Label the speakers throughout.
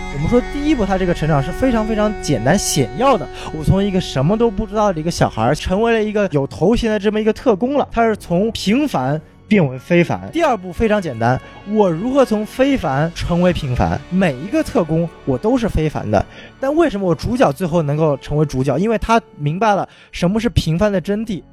Speaker 1: 我们说第一步他这个成长是非常非常简单显要的，我从一个什么都不知道的一个小孩成为了一个有头衔的这么一个特工了，他是从平凡变为非凡。第二步非常简单，我如何从非凡成为平凡，每一个特工我都是非凡的，但为什么我主角最后能够成为主角？因为他明白了什么是平凡的真谛。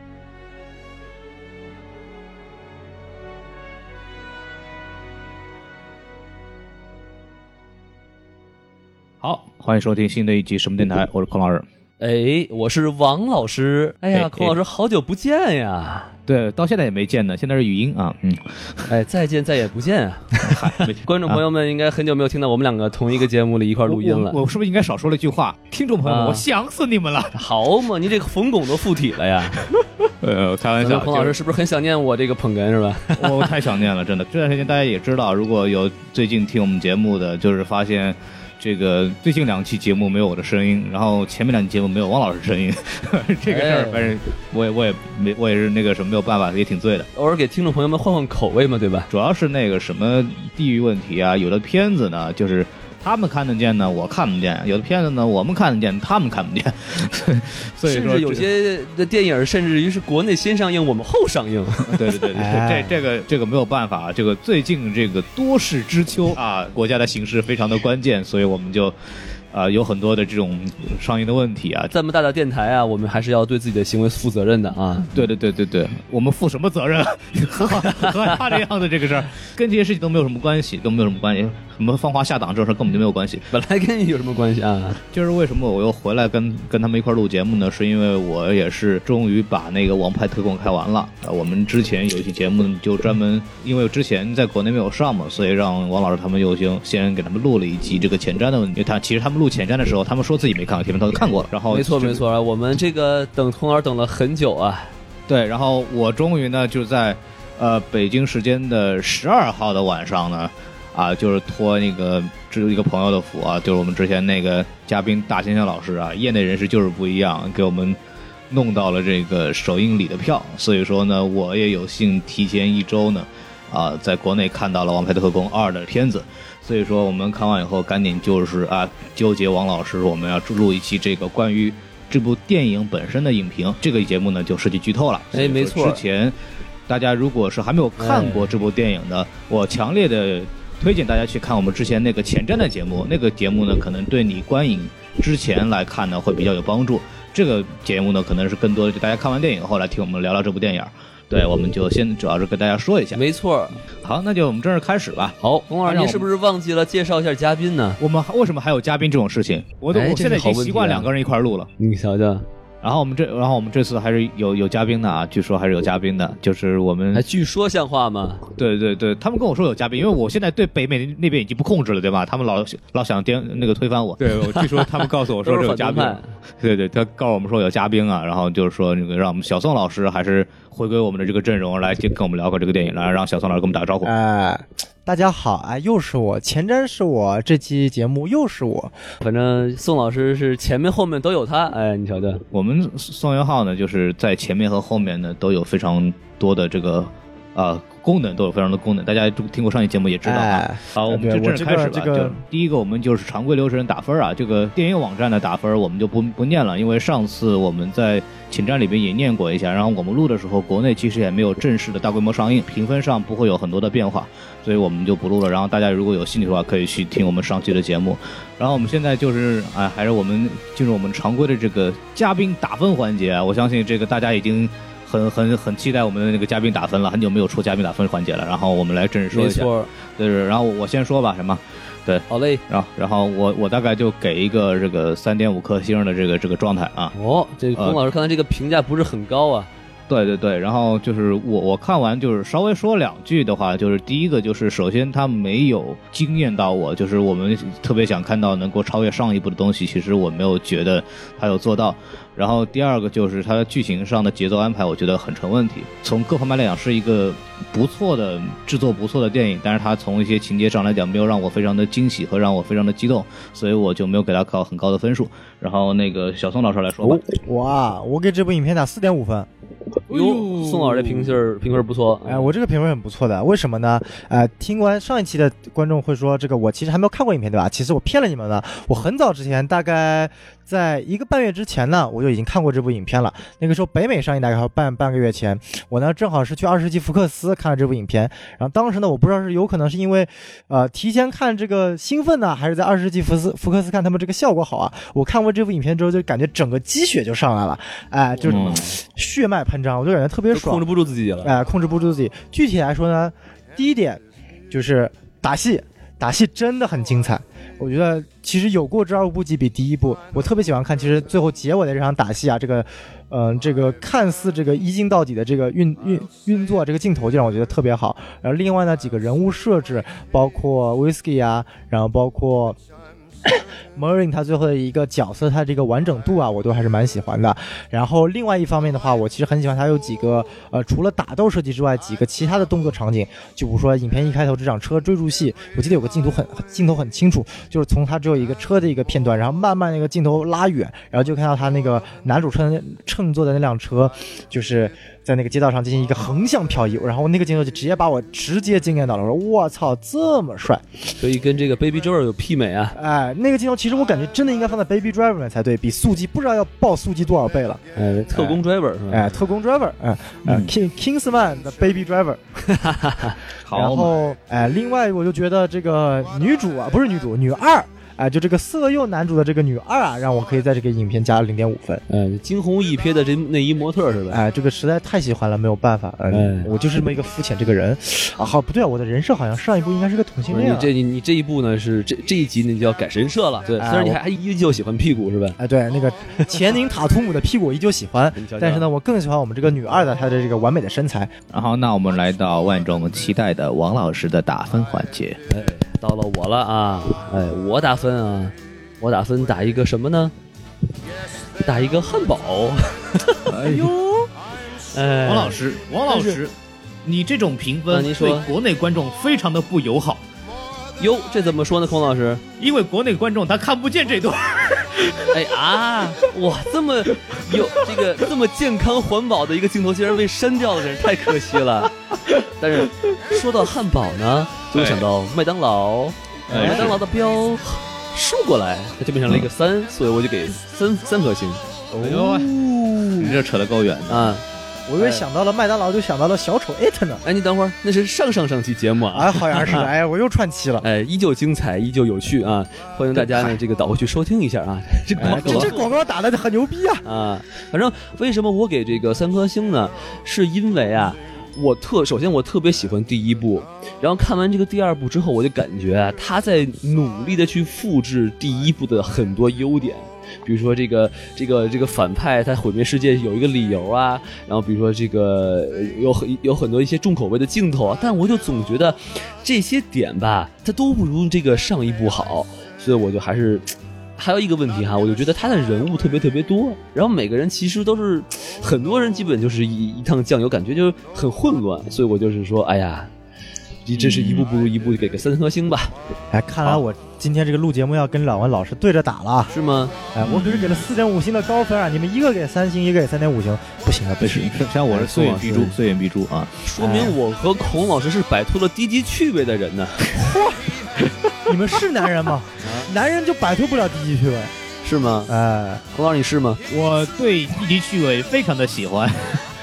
Speaker 2: 好，欢迎收听新的一集什么电台，我是孔老师。
Speaker 3: 哎，我是王老师。哎呀，孔老师，好久不见呀！
Speaker 2: 对，到现在也没见呢，现在是语音啊。
Speaker 3: 哎，再见再也不见啊！观众朋友们应该很久没有听到我们两个同一个节目里一块录音了。
Speaker 2: 我是不是应该少说了一句话？听众朋友们，我想死你们了！
Speaker 3: 好嘛，你这个冯巩都附体了呀！
Speaker 2: 开玩笑。
Speaker 3: 孔老师是不是很想念我这个捧哏是吧？
Speaker 2: 我太想念了，真的。这段时间大家也知道，如果有最近听我们节目的，就是发现。这个最近2期节目没有我的声音，然后前面2期节目没有汪老师声音，这个事儿反正我也是那个什么没有办法，也挺醉的。
Speaker 3: 偶尔给听众朋友们换换口味嘛，对吧？
Speaker 2: 主要是那个什么地域问题啊，有的片子呢就是他们看得见呢，我看不见；有的片子呢，我们看得见，他们看不见。所以说，
Speaker 3: 甚至有些的电影，甚至于是国内先上映，我们后上映。
Speaker 2: 对，这个没有办法。这个最近这个多事之秋啊，国家的形势非常的关键，所以我们就。有很多的这种上映的问题啊，
Speaker 3: 这么大的电台啊，我们还是要对自己的行为负责任的啊。
Speaker 2: 对，我们负什么责任？和他这样的这个事儿，跟这些事情都没有什么关系，什么放话下档这种事根本就没有关系。
Speaker 3: 本来跟你有什么关系啊？
Speaker 2: 就是为什么我又回来跟他们一块录节目呢？是因为我也是终于把那个王牌特供开完了。我们之前有一期节目呢，就专门因为之前在国内没有上嘛，所以让王老师他们又先给他们录了一集这个前瞻的问题。其实他们录前瞻的时候，他们说自己没看过，他们都看过了。然后
Speaker 3: 没错，我们这个等童儿等了很久啊。
Speaker 2: 对，然后我终于呢就在北京时间的12号的晚上呢，就是托那个一个朋友的福啊，就是我们之前那个嘉宾大先生老师啊，业内人士就是不一样，给我们弄到了这个首映礼的票，所以说呢，我也有幸提前1周呢，在国内看到了《王牌特工2》的片子。所以说我们看完以后赶紧就是纠结王老师我们要录一期这个关于这部电影本身的影评，这个节目呢就涉及剧透了。
Speaker 3: 没错，
Speaker 2: 之前大家如果是还没有看过这部电影的，我强烈的推荐大家去看我们之前那个前瞻的节目，那个节目呢可能对你观影之前来看呢会比较有帮助，这个节目呢可能是更多的就大家看完电影后来听我们聊聊这部电影。对，我们就先主要是跟大家说一下。
Speaker 3: 没错。
Speaker 2: 好，那就我们正式开始吧。
Speaker 3: 好，龚老师，您是不是忘记了介绍一下嘉宾呢？
Speaker 2: 我们为什么还有嘉宾这种事情？我现在已经习惯2个人一块录了。
Speaker 3: 你瞧瞧。
Speaker 2: 然后我们这次还是有嘉宾的啊，据说还是有嘉宾的，就是我们
Speaker 3: 还据说像话吗？
Speaker 2: 对，他们跟我说有嘉宾，因为我现在对北美那边已经不控制了，对吧？他们老想推翻我。对，据说他们告诉我说有嘉宾。对，他告诉我们说有嘉宾啊，然后就是说那个让我们小宋老师还是回归我们的这个阵容来跟我们聊过这个电影，来让小宋老师跟我们打个招呼。
Speaker 1: 大家好，又是我，前瞻是我，这期节目又是我，
Speaker 3: 反正宋老师是前面后面都有他，你瞧瞧，
Speaker 2: 我们宋元浩呢，就是在前面和后面呢都有非常多的这个功能，都有非常多功能，大家听过上一节目也知道啊。好，我们就正式开始吧。就第一个，我们就是常规流程打分啊。这个电影网站的打分我们就不念了，因为上次我们在前瞻里边也念过一下，然后我们录的时候，国内其实也没有正式的大规模上映，评分上不会有很多的变化，所以我们就不录了。然后大家如果有兴趣的话，可以去听我们上期的节目。然后我们现在就是还是我们进入我们常规的这个嘉宾打分环节啊。我相信这个大家已经很期待我们的那个嘉宾打分了，很久没有出嘉宾打分环节了。然后我们来正式说一下。没错。对，然后我先说吧，什么？对，
Speaker 3: 好嘞。
Speaker 2: 然后我大概就给一个这个3.5颗星的这个状态啊。
Speaker 3: 这个龚老师看来这个评价不是很高啊。
Speaker 2: 对，然后就是我看完就是稍微说2句的话，就是第一个就是首先它没有惊艳到我，就是我们特别想看到能够超越上一部的东西，其实我没有觉得它有做到。然后第二个就是它剧情上的节奏安排，我觉得很成问题。从各方面来讲是一个不错的制作不错的电影，但是它从一些情节上来讲没有让我非常的惊喜和让我非常的激动，所以我就没有给它考很高的分数。然后那个小宋老师来说吧。
Speaker 1: 我给这部影片打4.5分。
Speaker 3: 哟，宋老师这评分不错。
Speaker 1: 我这个评分很不错的，为什么呢？听完上一期的观众会说，这个我其实还没有看过影片，对吧？其实我骗了你们的，我很早之前，大概在1个半月之前呢，我就已经看过这部影片了。那个时候北美上映大概半个月前，我呢正好是去20世纪福克斯看了这部影片。然后当时呢，我不知道是有可能是因为提前看这个兴奋呢，还是在20世纪福克斯看他们这个效果好啊。我看过这部影片之后，就感觉整个鸡血就上来了，就是血脉喷张，我就感觉特别爽，
Speaker 3: 控制不住自己了，
Speaker 1: 控制不住自己。具体来说呢，第一点就是打戏真的很精彩。我觉得其实有过之而无不及，比第一部我特别喜欢看。其实最后结尾的这场打戏啊，这个看似这个一镜到底的这个运作，这个镜头就让我觉得特别好。然后另外呢，几个人物设置，包括 Whisky 啊，然后包括Merlin 他最后的一个角色，他这个完整度啊，我都还是蛮喜欢的。然后另外一方面的话，我其实很喜欢他有几个除了打斗设计之外，几个其他的动作场景。就比如说影片一开头这场车追逐戏，我记得有个镜头很清楚，就是从他只有一个车的一个片段，然后慢慢那个镜头拉远，然后就看到他那个男主乘坐的那辆车，就是在那个街道上进行一个横向漂移，然后那个镜头就直接把我直接惊艳到了，我说我操，这么帅，
Speaker 3: 所以跟这个 Baby Driver 有媲美啊！
Speaker 1: 那个镜头其实我感觉真的应该放在 Baby Driver 里面才对，比速激不知道要爆速激多少倍了。
Speaker 3: 特工 Driver 是吧？
Speaker 1: 特工 Driver，Kingsman 的 Baby Driver。然后另外我就觉得这个女主啊，不是女主，女二。就这个色诱男主的这个女二啊，让我可以在这个影片加了0.5分。
Speaker 3: 惊鸿一瞥的这内衣模特是吧？
Speaker 1: 这个实在太喜欢了，没有办法。我就是这么一个肤浅这个人啊。好，不对啊，我的人设好像上一部应该是个同性恋。
Speaker 3: 你这一部呢是这一集呢就要改人设了。对，虽然你还依旧喜欢屁股是吧？
Speaker 1: 对，那个钱宁塔图姆的屁股我依旧喜欢，但是呢，我更喜欢我们这个女二的她的这个完美的身材。
Speaker 2: 然后，那我们来到万众期待的王老师的打分环节。
Speaker 3: 到了我了啊！我打分啊！我打分打一个什么呢？打一个汉堡。
Speaker 1: 哎呦，
Speaker 2: 王老师，你这种评分对国内观众非常的不友好。
Speaker 3: 哟，这怎么说呢，孔老师？
Speaker 2: 因为国内观众他看不见这段。
Speaker 3: 哇，这么有这么健康环保的一个镜头，竟然被删掉了，真是太可惜了。但是说到汉堡呢，就想到麦当劳，麦当劳的标竖过来，它就变成了一个3，所以我就给3颗星。
Speaker 2: 你这扯得够远的啊！
Speaker 1: 我以为想到了麦当劳，就想到了小丑 it 呢。
Speaker 3: 你等会儿，那是上期节目啊。
Speaker 1: 好像是。我又串期了。
Speaker 3: 依旧精彩，依旧有趣啊！欢迎大家呢，这个倒回去收听一下啊。这
Speaker 1: 广告打的很牛逼
Speaker 3: 啊！反正为什么我给这个3颗星呢？是因为啊，首先我特别喜欢第一部，然后看完这个第二部之后，我就感觉他在努力的去复制第一部的很多优点。比如说这个反派他毁灭世界有一个理由啊，然后比如说这个有很多一些重口味的镜头啊，但我就总觉得这些点吧，它都不如这个上一部好，所以我就还有一个问题哈，我就觉得他的人物特别多，然后每个人其实都是很多人基本就是一趟酱油，感觉就很混乱，所以我就是说，哎呀，这是一步不如一步，给个3颗星吧。
Speaker 1: 看来我今天这个录节目要跟老文老师对着打了，
Speaker 3: 是吗？
Speaker 1: 我可是给了4.5星的高分啊！你们一个给3星，一个给3.5星，不行啊，不行！
Speaker 2: 像我是虽远必诛啊！
Speaker 3: 说明我和孔老师是摆脱了低级趣味的人呢。
Speaker 1: 你们是男人吗？男人就摆脱不了低级趣味，
Speaker 3: 是吗？孔老师你是吗？
Speaker 2: 我对低级趣味非常的喜欢。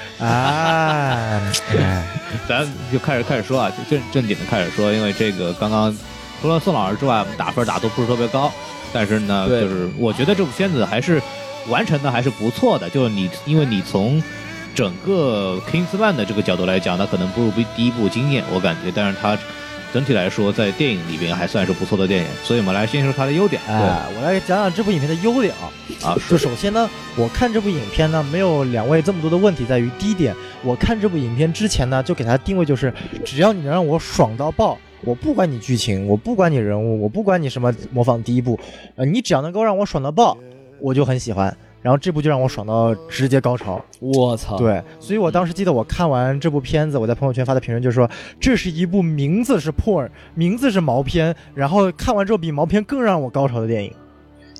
Speaker 2: 咱就开始说啊，正经的开始说，因为这个刚刚除了宋老师之外，我们打分打都不是特别高，但是呢，就是我觉得这部片子还是完成的还是不错的。就是因为你从整个 Kingsman 的这个角度来讲，它可能不如第一部惊艳，我感觉，但是它整体来说在电影里边还算是不错的电影。所以我们来先说它的优点。
Speaker 1: 我来讲讲这部影片的优点啊。就首先呢，我看这部影片呢，没有两位这么多的问题，在于第一点，我看这部影片之前呢，就给它定位就是，只要你能让我爽到爆，我不管你剧情，我不管你人物，我不管你什么模仿第一部，你只要能够让我爽到爆，我就很喜欢。然后这部就让我爽到直接高潮，
Speaker 3: 我操！
Speaker 1: 对，所以我当时记得我看完这部片子，我在朋友圈发的评论就是说，这是一部名字是 porn， 名字是毛片，然后看完之后比毛片更让我高潮的电影。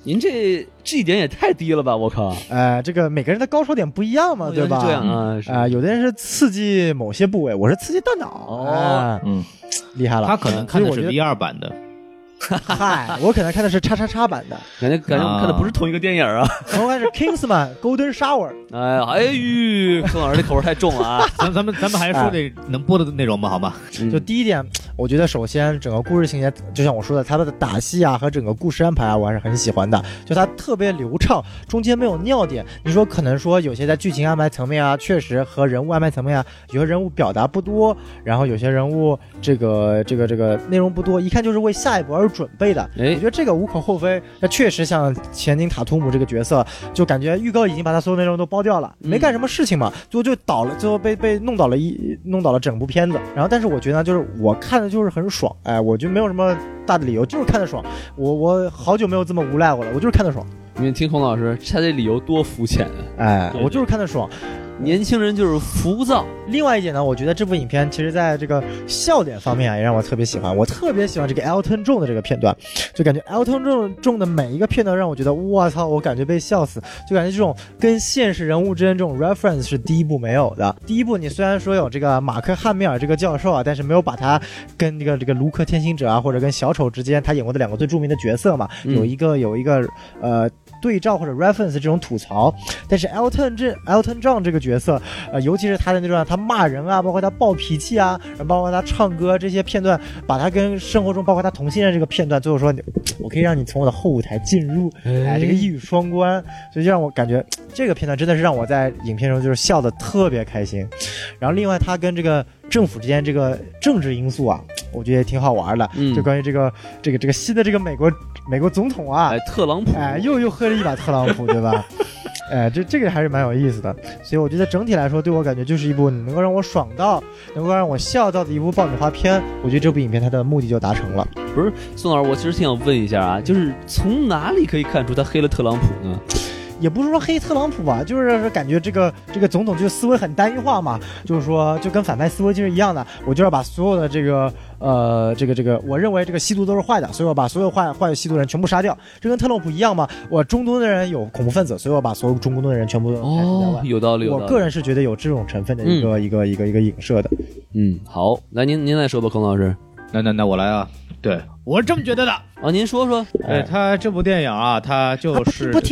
Speaker 3: 您这一点也太低了吧！我靠，
Speaker 1: 这个每个人的高潮点不一样嘛，对吧？
Speaker 3: 这样啊，
Speaker 1: 有的人是刺激某些部位，我是刺激大脑。厉害了。
Speaker 2: 他可能看的是 VR 版的。
Speaker 1: 嗨，我可能看的是XXX版的，
Speaker 3: 感觉我们看的不是同一个电影啊。
Speaker 1: 我看是 Kingsman Golden Shower。
Speaker 3: 哎呦，宋老师这口味太重了啊！
Speaker 2: 咱们还是说得能播的内容吧，好吗？
Speaker 1: 就第一点，我觉得首先整个故事情节，就像我说的，他的打戏啊和整个故事安排啊，我还是很喜欢的。就他特别流畅，中间没有尿点。你说可能说有些在剧情安排层面啊，确实和人物安排层面啊，有些人物表达不多，然后有些人物这个内容不多，一看就是为下一步而准备的。我觉得这个无可厚非。那确实像钱宁塔图姆这个角色，就感觉预告已经把他所有内容都包掉了，没干什么事情嘛，最后就倒了，最后被弄倒了整部片子。然后但是我觉得就是我看的就是很爽，我就没有什么大的理由，就是看得爽。我好久没有这么无赖过了，我就是看得爽。
Speaker 3: 你听孔老师，他这理由多肤浅
Speaker 1: 啊！我就是看得爽。
Speaker 3: 年轻人就是浮躁。
Speaker 1: 另外一点呢，我觉得这部影片其实在这个笑点方面也让我特别喜欢。我特别喜欢这个 Elton John 的这个片段，就感觉 Elton John 的每一个片段让我觉得我操，我感觉被笑死。就感觉这种跟现实人物之间这种 reference 是第一部没有的。第一部你虽然说有这个马克汉密尔这个教授啊，但是没有把他跟这个卢克天行者啊或者跟小丑之间他演过的两个最著名的角色嘛，有一个对照或者 reference 这种吐槽。但是 Elton John 这个角色，尤其是他的那段他骂人啊，包括他暴脾气啊，包括他唱歌这些片段，把他跟生活中包括他同性恋这个片段，最后说我可以让你从我的后舞台进入，这个一语双关，所以就让我感觉这个片段真的是让我在影片中就是笑得特别开心。然后另外他跟这个政府之间这个政治因素啊，我觉得也挺好玩的。就关于这个新的这个美国总统啊，
Speaker 3: 特朗普，
Speaker 1: 又喝了一把特朗普，对吧？这个还是蛮有意思的。所以我觉得整体来说，对我感觉就是一部能够让我爽到，能够让我笑到的一部爆米花片。我觉得这部影片它的目的就达成了。
Speaker 3: 不是，宋老师，我其实挺想问一下啊，就是从哪里可以看出他黑了特朗普呢？
Speaker 1: 也不是说黑特朗普吧，就是感觉这个总统就思维很单一化嘛，就是说就跟反派思维就是一样的，我就要把所有的这个我认为这个吸毒都是坏的，所以我把所有坏的吸毒人全部杀掉。这跟特朗普一样嘛，我中东的人有恐怖分子，所以我把所有中东的人全部都排除掉了。
Speaker 3: 有道理。
Speaker 1: 我个人是觉得有这种成分的一个影射的。
Speaker 3: 好，来您来说吧，孔老师。
Speaker 2: 那我来啊。对，我是这么觉得的
Speaker 3: 啊，您说说。
Speaker 2: 他这部电影啊，他就是
Speaker 1: 不听，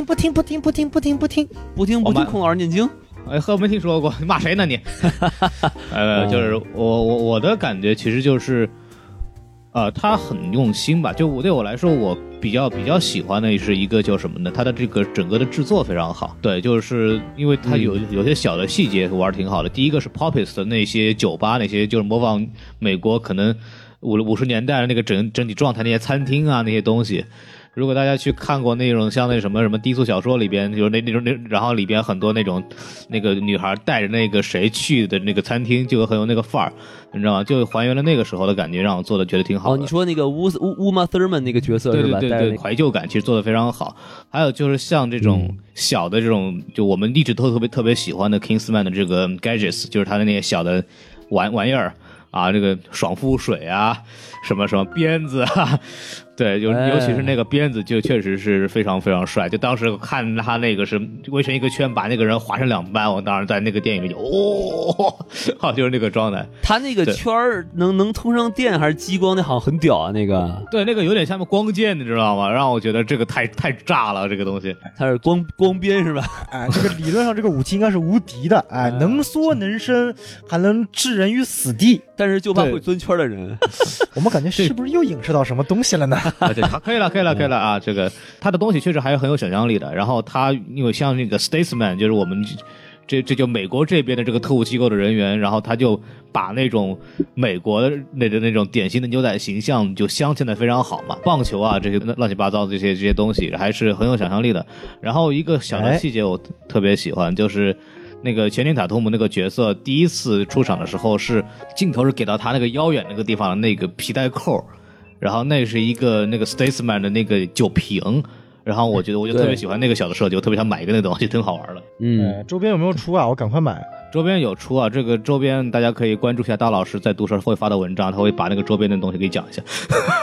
Speaker 3: 孔老师念经。
Speaker 2: 没听说过，你骂谁呢你？就是我的感觉其实就是，他很用心吧。就对我来说，我比较喜欢的是一个叫什么呢？他的这个整个的制作非常好。对，就是因为他有些小的细节玩得挺好的。第一个是 Poppies 的那些酒吧，那些就是模仿美国可能50年代的那个整体状态，那些餐厅啊那些东西。如果大家去看过那种像那什么低俗小说里边有那种然后里边很多那个女孩带着那个谁去的那个餐厅，就很有那个范儿，你知道吗？就还原了那个时候的感觉，让我做的觉得挺好的。
Speaker 3: 你说那个Uma Thurman 那个角色是吧？
Speaker 2: 对，怀旧感其实做的非常好。还有就是像这种小的这种，就我们一直都特别喜欢的 Kingsman 的这个 gadgets， 就是他的那些小的玩意儿啊，这个爽肤水啊，什么鞭子啊。对，就尤其是那个鞭子，就确实是非常非常帅。就当时看他那个是围成一个圈，把那个人划成2半，我当时在那个电影里就好，就是那个状态。
Speaker 3: 他那个圈能通上电还是激光？那好像很屌啊，那个。
Speaker 2: 对，那个有点像光剑，你知道吗？让我觉得这个太炸了，这个东西。
Speaker 3: 它是光鞭是吧？
Speaker 1: 这个理论上这个武器应该是无敌的，能缩能伸，还能置人于死地。
Speaker 3: 但是就怕会钻圈的人。
Speaker 1: 我们感觉是不是又影射到什么东西了呢？
Speaker 2: 对，可以了啊！这个他的东西确实还是很有想象力的。然后他因为像那个 Statesman， 就是我们这就美国这边的这个特务机构的人员，然后他就把那种美国的那种典型的牛仔形象就镶嵌的非常好嘛，棒球啊这些乱七八糟的这些东西还是很有想象力的。然后一个小的细节我特别喜欢，就是那个钱宁塔图姆那个角色第一次出场的时候，是镜头是给到他那个腰眼那个地方的那个皮带扣。然后那是一个那个 Statesman 的那个酒瓶，然后我就特别喜欢那个小的设计，我特别想买一个那个东西，挺好玩的。
Speaker 1: 周边有没有出啊？我赶快买。
Speaker 2: 周边有出啊，这个周边大家可以关注一下大老师在读时会发的文章，他会把那个周边的东西给讲一下。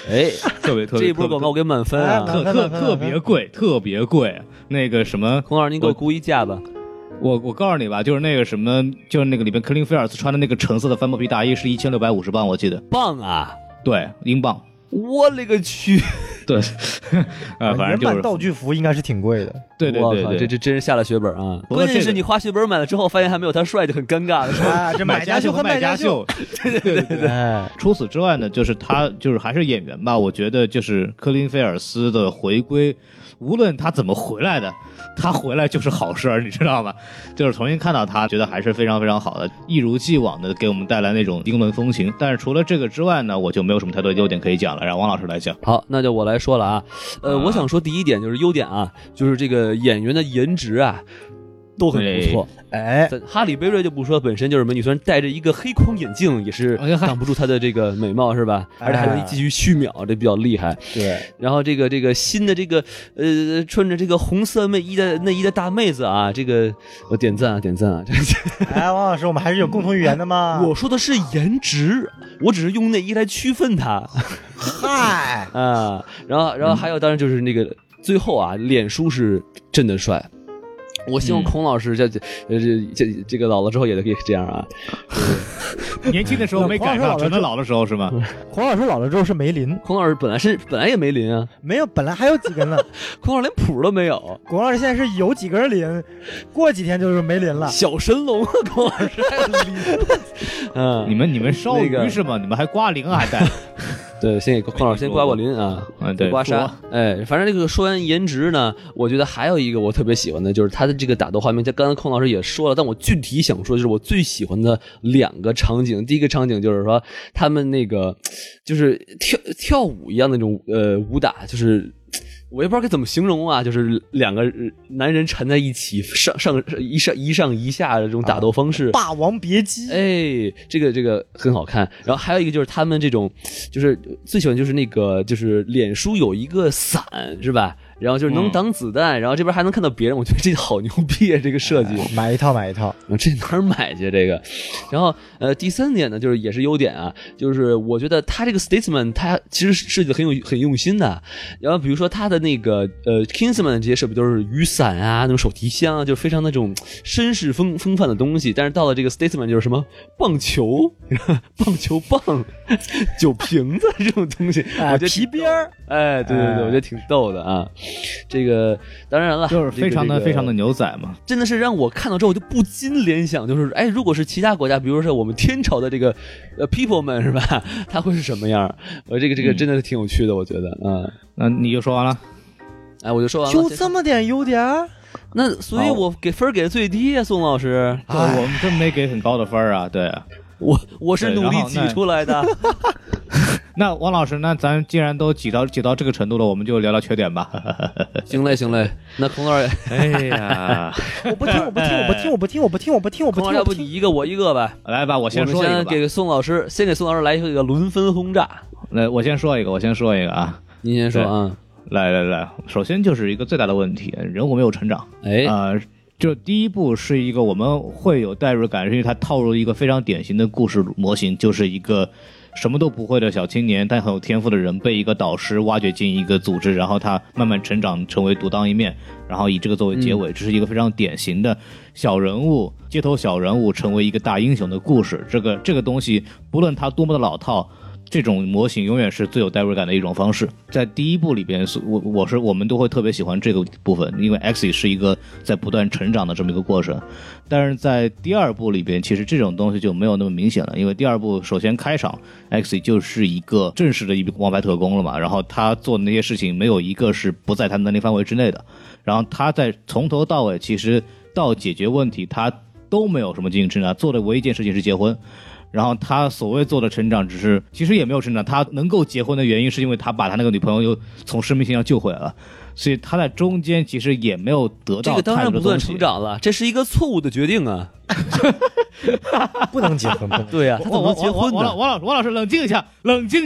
Speaker 3: 哎，
Speaker 2: 特别
Speaker 3: 这一波广告我给满分啊，
Speaker 2: 特别贵，特别贵。那个什么，
Speaker 3: 孔老师您给我估一价吧。
Speaker 2: 我告诉你吧，就是那个什么，就是那个里边克林菲尔斯穿的那个橙色的帆布皮大衣是1650磅，我记得。
Speaker 3: 磅啊？
Speaker 2: 对，英镑。
Speaker 3: 我勒个去！
Speaker 2: 对，反正就是
Speaker 1: 道具服应该是挺贵的。
Speaker 2: 对，
Speaker 3: 这真是下了血本啊！关键是你花血本买了之后，发现还没有他帅，就很尴尬了。
Speaker 1: 啊，这买家秀和卖家秀。
Speaker 3: 对。
Speaker 2: 除此之外呢，就是他就是还是演员吧，我觉得就是科林菲尔斯的回归，无论他怎么回来的，他回来就是好事儿，你知道吗？就是重新看到他，觉得还是非常非常好的，一如既往的给我们带来那种英伦风情。但是除了这个之外呢，我就没有什么太多的优点可以讲了，让王老师来讲。
Speaker 3: 好，那就我来说了啊。我想说第一点就是优点啊，就是这个演员的颜值啊都很不错。
Speaker 1: 哎，
Speaker 3: 哈里贝瑞就不说本身就是美女，虽然戴着一个黑框眼镜，也是挡不住她的这个美貌，是吧？而且还能继续续秒，这比较厉害。
Speaker 1: 对。
Speaker 3: 然后这个新的这个穿着这个红色内衣的大妹子啊，这个我点赞啊！
Speaker 1: 哎，王老师，我们还是有共同语言的嘛。
Speaker 3: 我说的是颜值，我只是用内衣来区分它。
Speaker 1: 嗨
Speaker 3: 啊，然后还有，当然就是那个最后啊，脸书是真的帅。我希望孔老师这个老了之后也可以这样啊。
Speaker 2: 年轻的时候没赶上，只能老的时候是吗？
Speaker 1: 孔老师老了之后是梅林，
Speaker 3: 孔老师本来也梅林啊，
Speaker 1: 没有，本来还有几根呢。
Speaker 3: 孔老师连谱都没有。
Speaker 1: 孔老师现在是有几根林，过几天就是梅林了。
Speaker 3: 小神龙啊，孔老师还有林。
Speaker 2: 你们烧鱼是吗？你们还刮鳞还带？
Speaker 3: 对，先给孔老师先刮过鳞啊，
Speaker 2: 对，
Speaker 3: 刮痧。哎，反正这个说完颜值呢，我觉得还有一个我特别喜欢的，就是他的这个打斗画面。刚刚孔老师也说了，但我具体想说，就是我最喜欢的2个场景。第一个场景就是说，他们那个就是跳舞一样那种武打，就是我也不知道该怎么形容啊，就是2个男人缠在一起，一上一下的这种打斗方式，
Speaker 1: 霸王别姬。
Speaker 3: 哎，这个很好看。然后还有一个就是他们这种，就是最喜欢就是那个就是脸书有一个伞是吧？然后就是能挡子弹，然后这边还能看到别人，我觉得这好牛逼啊！这个设计，
Speaker 1: 买一套，
Speaker 3: 这哪儿买去这个？然后第3点呢，就是也是优点啊，就是我觉得他这个 Statesman 他其实设计的很用心的。然后比如说他的那个Kingsman 这些设备都是雨伞啊，那种手提箱啊，就非常那种绅士风范的东西。但是到了这个 Statesman 就是什么棒球棒、酒瓶子这种东西，我觉得
Speaker 1: 皮鞭儿，
Speaker 3: 哎，对，我觉得挺逗的啊。这个当然了，
Speaker 2: 就是非常的牛仔嘛，
Speaker 3: 真的是让我看到之后就不禁联想，就是哎，如果是其他国家，比如说我们天朝的这个people 们是吧，他会是什么样？这个真的是挺有趣的，我觉得。
Speaker 2: 那你就说完了，
Speaker 3: 哎，我就说完了，
Speaker 1: 就这么点优点。
Speaker 3: 那所以我给分给的最低啊，宋老师。
Speaker 2: 我们真没给很高的分啊，对啊，
Speaker 3: 我是努力挤出来的。
Speaker 2: 那王老师，那咱既然都挤到这个程度了，我们就聊聊缺点吧。
Speaker 3: 行嘞，那孔老师，
Speaker 2: 哎呀，
Speaker 1: 我不听。
Speaker 3: 孔老师，要不你一个我一个吧？
Speaker 2: 来吧，我先说一个吧。
Speaker 3: 先给宋老师来一个轮番轰炸。
Speaker 2: 来，我先说一个啊。
Speaker 3: 您先说啊。
Speaker 2: 来，首先就是一个最大的问题，人物没有成长。就第一部是一个我们会有代入感，是因为它套入一个非常典型的故事模型，就是一个什么都不会的小青年，但很有天赋的人被一个导师挖掘进一个组织，然后他慢慢成长成为独当一面，然后以这个作为结尾。这是一个非常典型的小人物，街头小人物成为一个大英雄的故事。这个东西不论它多么的老套，这种模型永远是最有代入感的一种方式。在第一部里边，我们都会特别喜欢这个部分，因为 X 是一个在不断成长的这么一个过程。但是在第2部里边，其实这种东西就没有那么明显了，因为第2部首先开场 X 就是一个正式的一个王牌特工了嘛，然后他做的那些事情没有一个是不在他能力范围之内的，然后他在从头到尾其实到解决问题他都没有什么进行成长，做的唯一一件事情是结婚。然后他所谓做的成长其实也没有成长，他能够结婚的原因是因为他把他那个女朋友又从生命线上救回来了，所以他在中间其实也没有得到
Speaker 3: 这个当然不算成长了，这是一个错误的决定啊。
Speaker 1: 不能结婚，
Speaker 3: 对呀，他怎么能结婚呢？
Speaker 2: 王老师冷静一下。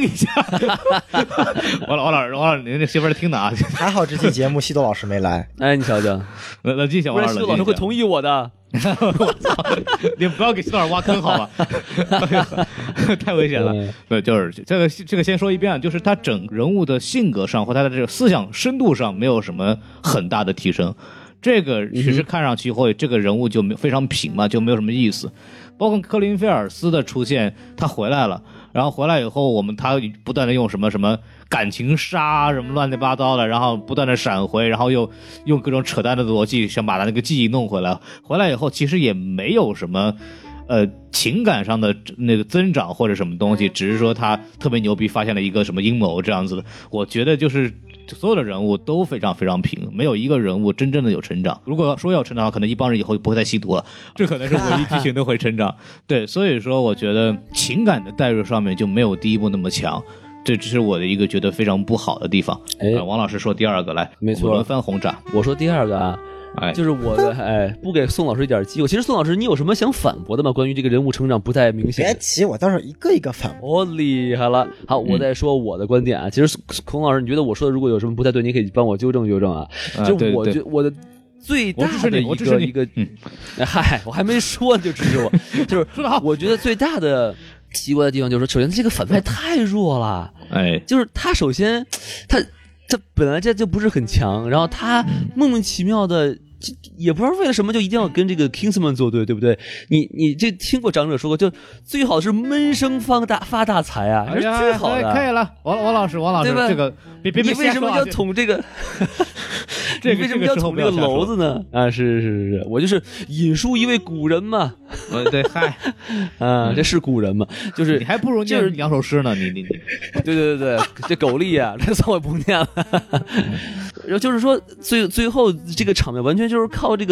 Speaker 2: 王老师，您这媳妇儿听的啊。
Speaker 1: 还好这期节目西多老师没来。
Speaker 3: 哎，你瞧瞧，
Speaker 2: 冷静一下，
Speaker 3: 不然西多老师会同意我的。
Speaker 2: 我操！你不要给西多尔挖坑好吗？太危险了。对，就是这个先说一遍啊，就是他整人物的性格上或他的这个思想深度上没有什么很大的提升。这个其实看上去会这个人物就非常平嘛，就没有什么意思。包括科林菲尔斯的出现，他回来了，然后回来以后他不断的用什么感情杀什么乱七八糟的，然后不断的闪回，然后又用各种扯淡的逻辑想把他那个记忆弄回来。回来以后其实也没有什么情感上的那个增长或者什么东西，只是说他特别牛逼，发现了一个什么阴谋这样子的。我觉得就是所有的人物都非常非常平，没有一个人物真正的有成长。如果说要成长的话，可能一帮人以后就不会再吸毒了，这可能是唯一剧情都会成长。对，所以说我觉得情感的代入上面就没有第一部那么强，这只是我的一个觉得非常不好的地方。王老师说第二个来，
Speaker 3: 没错，
Speaker 2: 轮番轰炸。
Speaker 3: 我说第二个啊。就是我的不给宋老师一点机会。其实宋老师，你有什么想反驳的吗？关于这个人物成长不太明显？
Speaker 1: 别急，我到时候一个一个反驳。
Speaker 3: 厉害了！好，我再说我的观点啊。其实孔老师，你觉得我说的如果有什么不太对，你可以帮我纠正纠正啊。就我觉得我的最大的一个，嗨，我还没说就支持我，就是我觉得最大的奇怪的地方就是说，首先这个反派太弱了，就是他首先他本来这就不是很强，然后他莫名其妙的。也不知道为了什么就一定要跟这个 Kingsman 作对，对不对？你这听过长者说过，就最好是闷声发大财啊，这是最好的。
Speaker 2: 可以了，王老师，这个别
Speaker 3: 你为什么要捅这个？你为什么要捅这个篓子呢？啊，是，我就是引述一位古人嘛。
Speaker 2: 对，嗨，
Speaker 3: 这是古人嘛？就是
Speaker 2: 你还不如念两首诗呢，你。
Speaker 3: 对，这狗力啊，这算我不念了。然后就是说，最后这个场面完全就是靠这个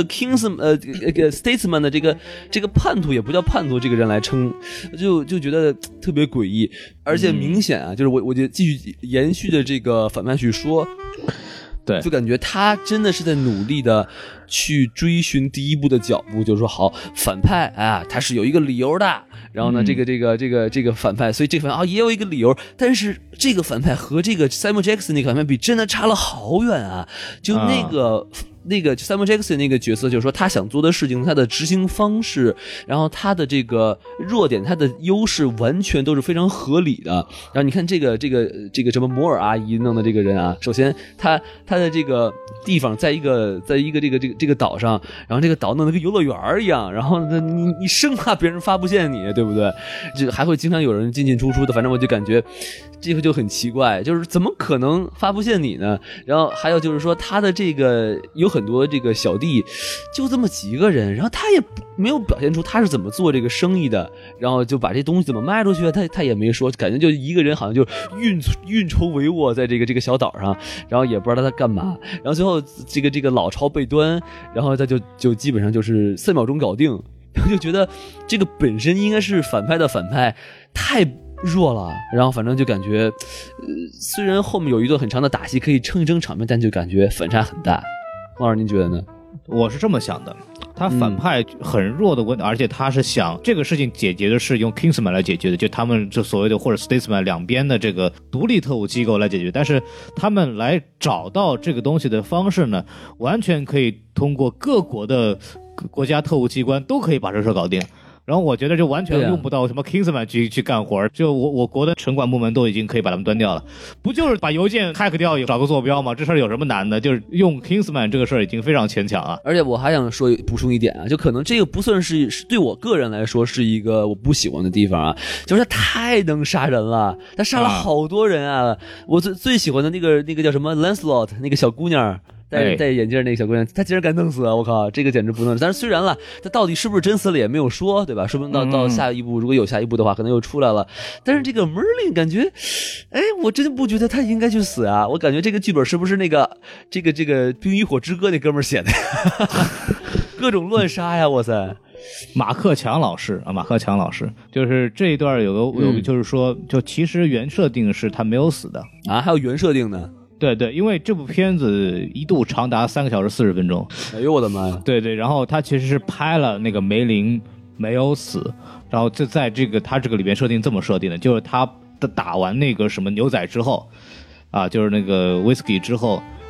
Speaker 3: Statesman 的这个叛徒，也不叫叛徒这个人来撑，就觉得特别诡异，而且明显啊，就是我就继续延续的这个反派去说，
Speaker 2: 对，
Speaker 3: 就感觉他真的是在努力的去追寻第一部的脚步，就是说好反派啊，他是有一个理由的。然后呢，这个反派，所以这个反派也有一个理由，但是这个反派和这个 Samuel Jackson 那个反派比，真的差了好远啊！就那个 Samuel Jackson 那个角色，就是说他想做的事情，他的执行方式，然后他的这个弱点，他的优势完全都是非常合理的。然后你看这个什么摩尔阿姨弄的这个人啊，首先他的这个地方在一个这个岛上，然后这个岛弄得跟游乐园一样，然后你生怕别人发不现你，对不对？这还会经常有人进进出出的，反正我就感觉这个就很奇怪，就是怎么可能发不现你呢？然后还有就是说他的这个有很多这个小弟，就这么几个人，然后他也没有表现出他是怎么做这个生意的，然后就把这东西怎么卖出去，他也没说，感觉就一个人好像就运筹帷幄在这个小岛上，然后也不知道他干嘛，然后最后这个老巢被端，然后他就基本上就是3秒钟搞定，然后就觉得这个本身应该是反派的反派太弱了，然后反正就感觉虽然后面有一段很长的打戏可以撑一撑场面，但就感觉反差很大。王老师您觉得呢？
Speaker 2: 我是这么想的，他反派很弱的问题，而且他是想这个事情解决的是用 Kingsman 来解决的，就他们这所谓的或者 Statesman 两边的这个独立特务机构来解决，但是他们来找到这个东西的方式呢，完全可以通过各国的国家特务机关都可以把这事搞定。然后我觉得就完全用不到什么 Kingsman 去干活，就我国的城管部门都已经可以把他们端掉了，不就是把邮件 hack 掉，找个坐标吗？这事儿有什么难的？就是用 Kingsman 这个事儿已经非常牵强啊。
Speaker 3: 而且我还想补充一点啊，就可能这个不算是对我个人来说是一个我不喜欢的地方啊，就是他太能杀人了，他杀了好多人啊。我最喜欢的那个叫什么 Lancelot 那个小姑娘。戴眼镜那个小姑娘，她竟然敢弄死啊！我靠，这个简直不能。但是虽然了，她到底是不是真死了也没有说，对吧？说不定到下一步，如果有下一步的话，可能又出来了。但是这个 Merlin 感觉，我真不觉得他应该去死啊！我感觉这个剧本是不是那个这个《冰与火之歌》那哥们儿写的？各种乱杀呀！哇塞！
Speaker 2: 马克强老师就是这一段有个就是说，就其实原设定是他没有死的
Speaker 3: 啊，还有原设定呢。
Speaker 2: 对，因为这部片子一度长达3个小时40分钟。
Speaker 3: 哎呦我的妈呀！
Speaker 2: 对，然后他其实是拍了那个梅林没有死，然后就在他这个里边设定这么设定的，就是他打完那个什么牛仔之后，啊，就是那个 whisky 之后，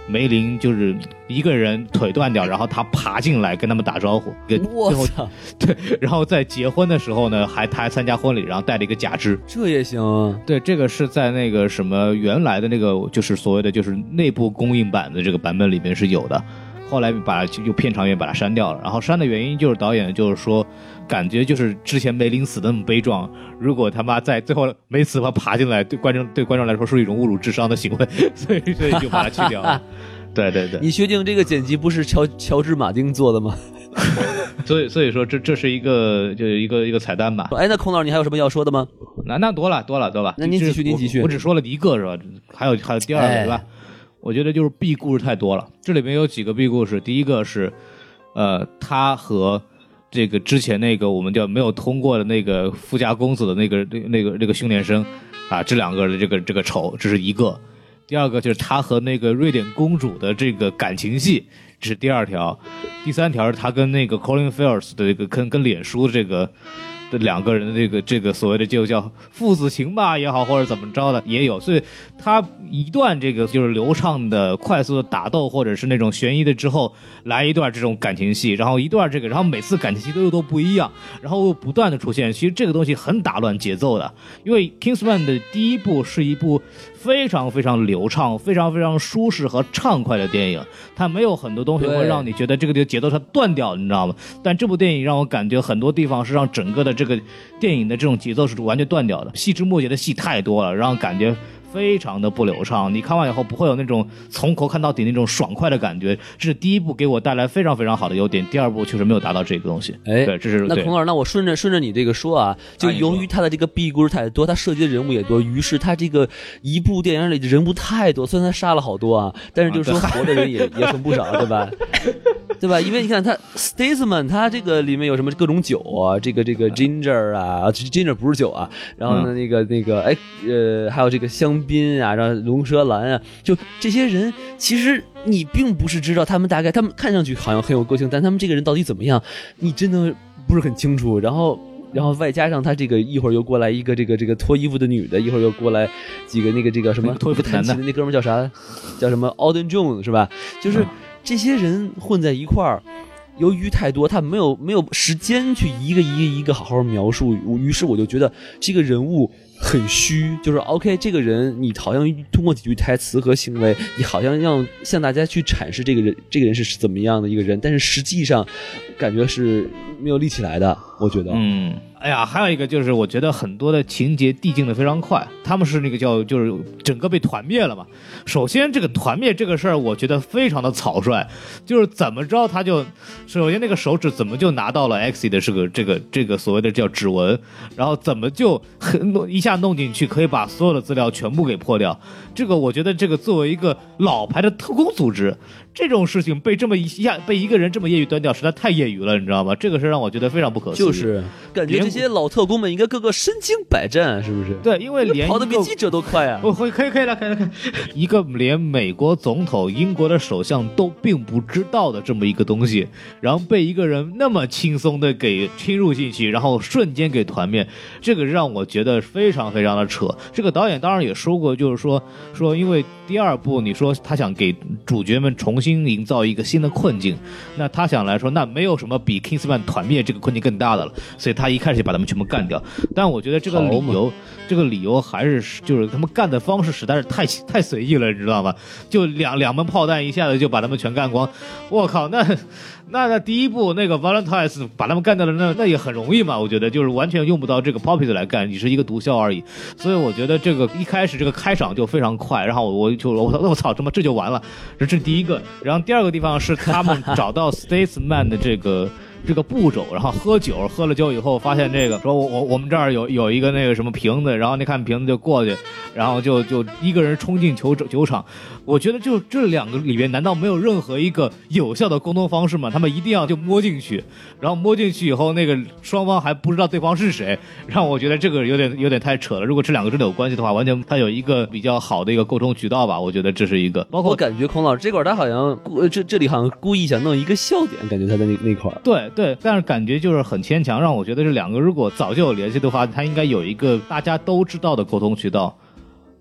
Speaker 2: 梅林就是一个人腿断掉，然后他爬进来跟他们打招呼，
Speaker 3: 我操，
Speaker 2: 对，然后在结婚的时候呢，他还参加婚礼，然后带了一个假肢，
Speaker 3: 这也行？
Speaker 2: 对，这个是在那个什么原来的那个就是所谓的就是内部公映版的这个版本里面是有的。后来就片场也把它删掉了，然后删的原因就是导演就是说，感觉就是之前梅林死的那么悲壮，如果他妈在最后没死他爬进来，对观众来说是一种侮辱智商的行为，所以就把它去掉了。对对对，
Speaker 3: 你确定这个剪辑不是乔治马丁做的吗？
Speaker 2: 所以说这是一个彩蛋吧。
Speaker 3: 哎，那孔老师你还有什么要说的吗？
Speaker 2: 那多了。
Speaker 3: 那您继续。
Speaker 2: 我只说了一个是吧？还有第二个对吧？我觉得就是 B 故事太多了，这里面有几个 B 故事。第一个是，他和这个之前那个我们叫没有通过的那个富家公子的那个训练生啊，这两个的这个仇，这是一个。第二个就是他和那个瑞典公主的这个感情戏，这是第二条。第三条是他跟那个 Colin Firth 的这个跟脸书这个。这两个人的这个所谓的就叫父子情吧也好，或者怎么着的也有，所以他一段这个就是流畅的快速的打斗或者是那种悬疑的之后来一段这种感情戏，然后一段这个，然后每次感情戏都不一样，然后不断的出现，其实这个东西很打乱节奏的。因为 Kingsman 的第一部是一部非常非常流畅非常非常舒适和畅快的电影，它没有很多东西会让你觉得这个节奏它断掉，你知道吗？但这部电影让我感觉很多地方是让整个的这个电影的这种节奏是完全断掉的，细枝末节的戏太多了，让感觉非常的不流畅，你看完以后不会有那种从头看到底那种爽快的感觉。这是第一部给我带来非常非常好的优点，第二部确实没有达到这个东西。
Speaker 3: 哎，
Speaker 2: 对，这是
Speaker 3: 那孔老师，那我顺着你这个说啊，就由于他的这个 B 故事太多，他涉及的人物也多，于是他这个一部电影里的人物太多，虽然他杀了好多啊，但是就是说活的人也很不少，对吧？对吧？因为你看他 Statham 他这个里面有什么各种酒啊，这个 Ginger 啊 ，Ginger 不是酒啊，然后呢那个还有这个香槟啊，然后龙舌兰啊，就这些人其实你并不是知道他们大概，他们看上去好像很有个性，但他们这个人到底怎么样，你真的不是很清楚。然后外加上他这个一会儿又过来一个这个脱衣服的女的，一会儿又过来几个那个这个什么
Speaker 2: 脱衣服
Speaker 3: 弹琴的那哥们叫啥？叫什么 Alden Jones 是吧？就是这些人混在一块儿，由于太多，他没有时间去一个好好描述，于是我就觉得这个人物很虚，就是 OK， 这个人你好像通过几句台词和行为，你好像要向大家去阐释这个人是怎么样的一个人，但是实际上感觉是没有立起来的，我觉得。
Speaker 2: 哎呀，还有一个就是我觉得很多的情节递进的非常快，他们是那个就是整个被团灭了嘛。首先这个团灭这个事儿我觉得非常的草率，就是怎么着他就首先那个手指怎么就拿到了 X 的这个所谓的叫指纹，然后怎么就一下弄进去可以把所有的资料全部给破掉，这个我觉得这个作为一个老牌的特工组织，这种事情被这么被一个人这么业余端掉，实在太业余了，你知道吗？这个是让我觉得非常不可思议。
Speaker 3: 就是感觉这些老特工们应该个个身经百战，是不是？
Speaker 2: 对，因为连
Speaker 3: 跑得比记者都快啊！
Speaker 2: 可以了。一个连美国总统、英国的首相都并不知道的这么一个东西，然后被一个人那么轻松的给侵入进去，然后瞬间给团灭，这个让我觉得非常非常的扯。这个导演当然也说过，就是说因为第二部你说他想给主角们重新营造一个新的困境，那他想来说，那没有什么比 Kingsman 团灭这个困境更大的了，所以他一开始就把他们全部干掉。但我觉得这个理由还是就是他们干的方式实在是太随意了，你知道吗？就两门炮弹一下子就把他们全干光。我靠，那第一部那个 Valentines 把他们干掉了，那也很容易嘛，我觉得就是完全用不到这个 Poppy 来干，你是一个毒枭而已。所以我觉得这个一开始这个开场就非常快，然后我操，这就完了，这是第一个。然后第二个地方是他们找到 Statesman 的这个步骤，然后喝了酒以后发现这个说我们这儿有一个那个什么瓶子，然后那看瓶子就过去，然后就一个人冲进酒场。我觉得就这两个里面难道没有任何一个有效的沟通方式吗？他们一定要就摸进去，然后摸进去以后那个双方还不知道对方是谁，让我觉得这个有点太扯了。如果这两个真的有关系的话，完全他有一个比较好的一个沟通渠道吧，我觉得这是一个。包括
Speaker 3: 我感觉孔老师这块他好像这里好像故意想弄一个笑点，感觉他的那块。
Speaker 2: 对，但是感觉就是很牵强，让我觉得这两个如果早就有联系的话，他应该有一个大家都知道的沟通渠道。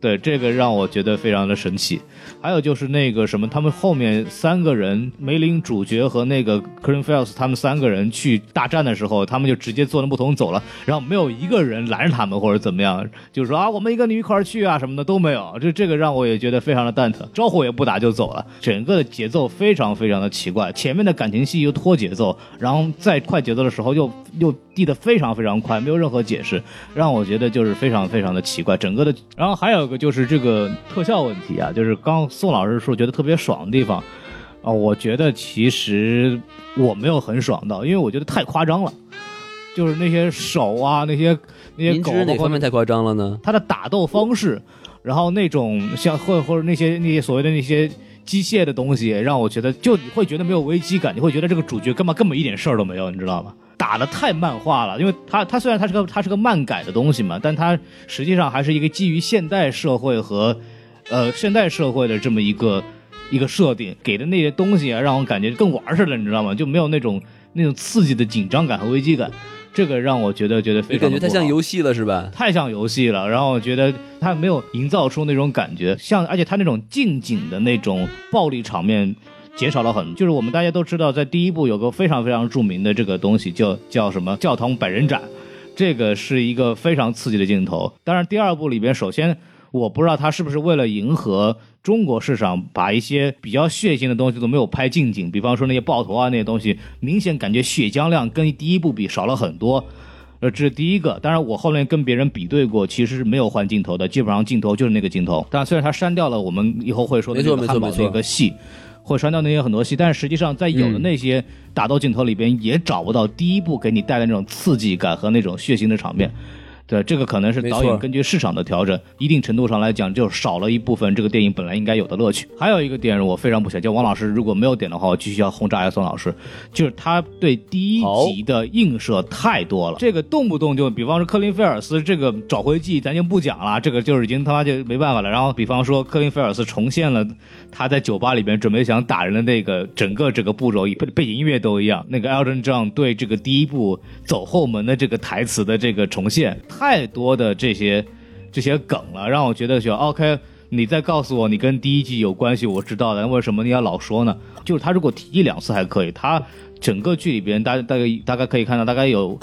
Speaker 2: 对，这个让我觉得非常的神奇。还有就是那个什么，他们后面3个人，梅林主角和那个 Colin Farrell 他们3个人去大战的时候，他们就直接坐那木桶走了，然后没有一个人拦着他们或者怎么样，就是说啊我们一个女一块去啊什么的都没有。这个让我也觉得非常的蛋疼，招呼也不打就走了，整个的节奏非常非常的奇怪，前面的感情戏又拖节奏，然后在快节奏的时候又递得非常非常快，没有任何解释，让我觉得就是非常非常的奇怪整个的。然后还有一个就是这个特效问题啊，就是刚宋老师说觉得特别爽的地方啊，我觉得其实我没有很爽到，因为我觉得太夸张了，就是那些手啊那些狗，
Speaker 3: 您指哪方面太夸张了呢？
Speaker 2: 他的打斗方式，然后那种像或者那些所谓的那些机械的东西，让我觉得就你会觉得没有危机感，你会觉得这个主角根本一点事儿都没有，你知道吗？打得太漫画了，因为它虽然它是个漫改的东西嘛，但它实际上还是一个基于现代社会和现代社会的这么一个设定，给的那些东西啊，让我感觉更玩似的，你知道吗？就没有那种刺激的紧张感和危机感。这个让我觉得非常，
Speaker 3: 感觉太像游戏了是吧？
Speaker 2: 太像游戏了，然后我觉得它没有营造出那种感觉，而且它那种近景的那种暴力场面减少了很多。就是我们大家都知道，在第一部有个非常非常著名的这个东西叫什么教堂百人斩，这个是一个非常刺激的镜头。当然第2部里边，首先我不知道他是不是为了迎合中国市场，把一些比较血腥的东西都没有拍近景，比方说那些爆头啊那些东西，明显感觉血浆量跟第一部比少了很多。这是第一个。当然我后面跟别人比对过，其实是没有换镜头的，基本上镜头就是那个镜头。当然虽然他删掉了我们以后会说的那个汉堡那个戏，会删掉那些很多戏，但是实际上在有的那些打斗镜头里边也找不到第一部给你带来那种刺激感和那种血腥的场面。对，这个可能是导演根据市场的调整，一定程度上来讲就少了一部分这个电影本来应该有的乐趣。还有一个点我非常不想，就王老师如果没有点的话，我继续要轰炸一下宋老师，就是他对第一集的映射太多了，这个动不动就比方说科林菲尔斯这个找回记忆咱就不讲了，这个就是已经他妈就没办法了。然后比方说科林菲尔斯重现了他在酒吧里边准备想打人的那个整个这个步骤，背景音乐都一样，那个 Elton John 对这个第一部走后门的这个台词的这个重现，太多的这些梗了，让我觉得说 OK， 你再告诉我你跟第一季有关系，我知道的，为什么你要老说呢？就是他如果提1-2次还可以，他整个剧里边大概可以看到大概有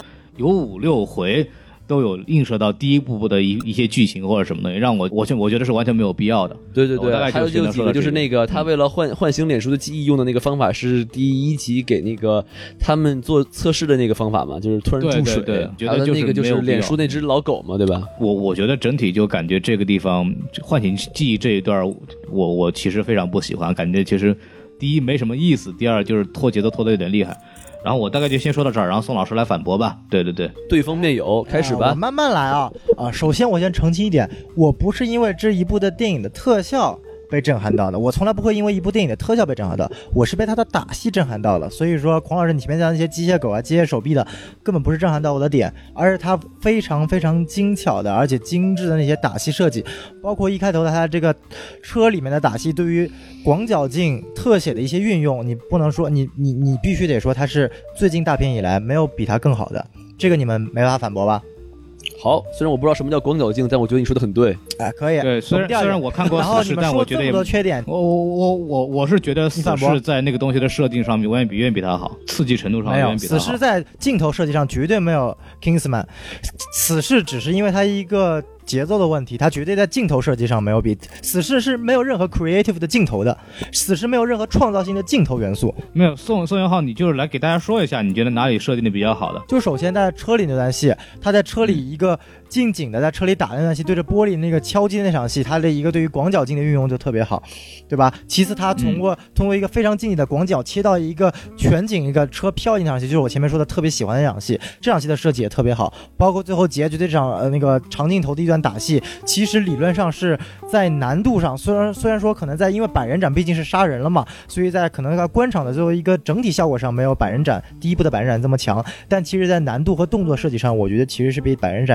Speaker 2: 5-6回都有映射到第一部的一些剧情或者什么东西，让我觉得是完全没有必要的。
Speaker 3: 对对对，还有几个就是那个他为了唤醒脸书的记忆用的那个方法是第一集给那个他们做测试的那个方法嘛，就是突然注水，
Speaker 2: 对，
Speaker 3: 觉得那个就是脸书那只老狗嘛，对吧？
Speaker 2: 我觉得整体就感觉这个地方唤醒记忆这一段我其实非常不喜欢，感觉其实第一没什么意思，第二就是拖节奏拖得有点厉害。然后我大概就先说到这儿，然后宋老师来反驳吧。对，
Speaker 3: 对方面有，开始吧。
Speaker 1: 我慢慢来啊。首先我先澄清一点，我不是因为这一部的电影的特效被震撼到的，我从来不会因为一部电影的特效被震撼到，我是被他的打戏震撼到了。所以说孔老师你前面讲那些机械狗啊机械手臂的根本不是震撼到我的点，而是他非常非常精巧的而且精致的那些打戏设计，包括一开头的他这个车里面的打戏，对于广角镜特写的一些运用，你不能说你必须得说它是最近大片以来没有比它更好的，这个你们没法反驳吧？
Speaker 3: 好，虽然我不知道什么叫广角镜，但我觉得你说的很对。
Speaker 1: 可以。
Speaker 2: 对，虽然我看过死侍，但我觉得也
Speaker 1: 多缺点。
Speaker 2: 我是觉得死侍在那个东西的设定上远远比它好，刺激程度上远远比它好。
Speaker 1: 死侍在镜头设计上绝对没有 Kingsman， 死侍只是因为它一个节奏的问题，它绝对在镜头设计上没有比死侍是没有任何 creative 的镜头的，死侍没有任何创造性的镜头元素。
Speaker 2: 没有。宋元浩，你就是来给大家说一下，你觉得哪里设定的比较好的？
Speaker 1: 就首先在车里那段戏，他在车里一个近景的在车里打那段戏，对着玻璃那个敲击的那场戏，他的一个对于广角镜的运用就特别好，对吧？其次他通过一个非常近的广角切到一个全景一个车飘进那场戏，就是我前面说的特别喜欢的那场戏，这场戏的设计也特别好，包括最后结局的这场那个长镜头的一段打戏，其实理论上是在难度上虽然说可能在因为百人斩毕竟是杀人了嘛，所以在可能在官场的最后一个整体效果上没有百人斩第一部的百人斩这么强，但其实在难度和动作设计上我觉得其实是比百人斩更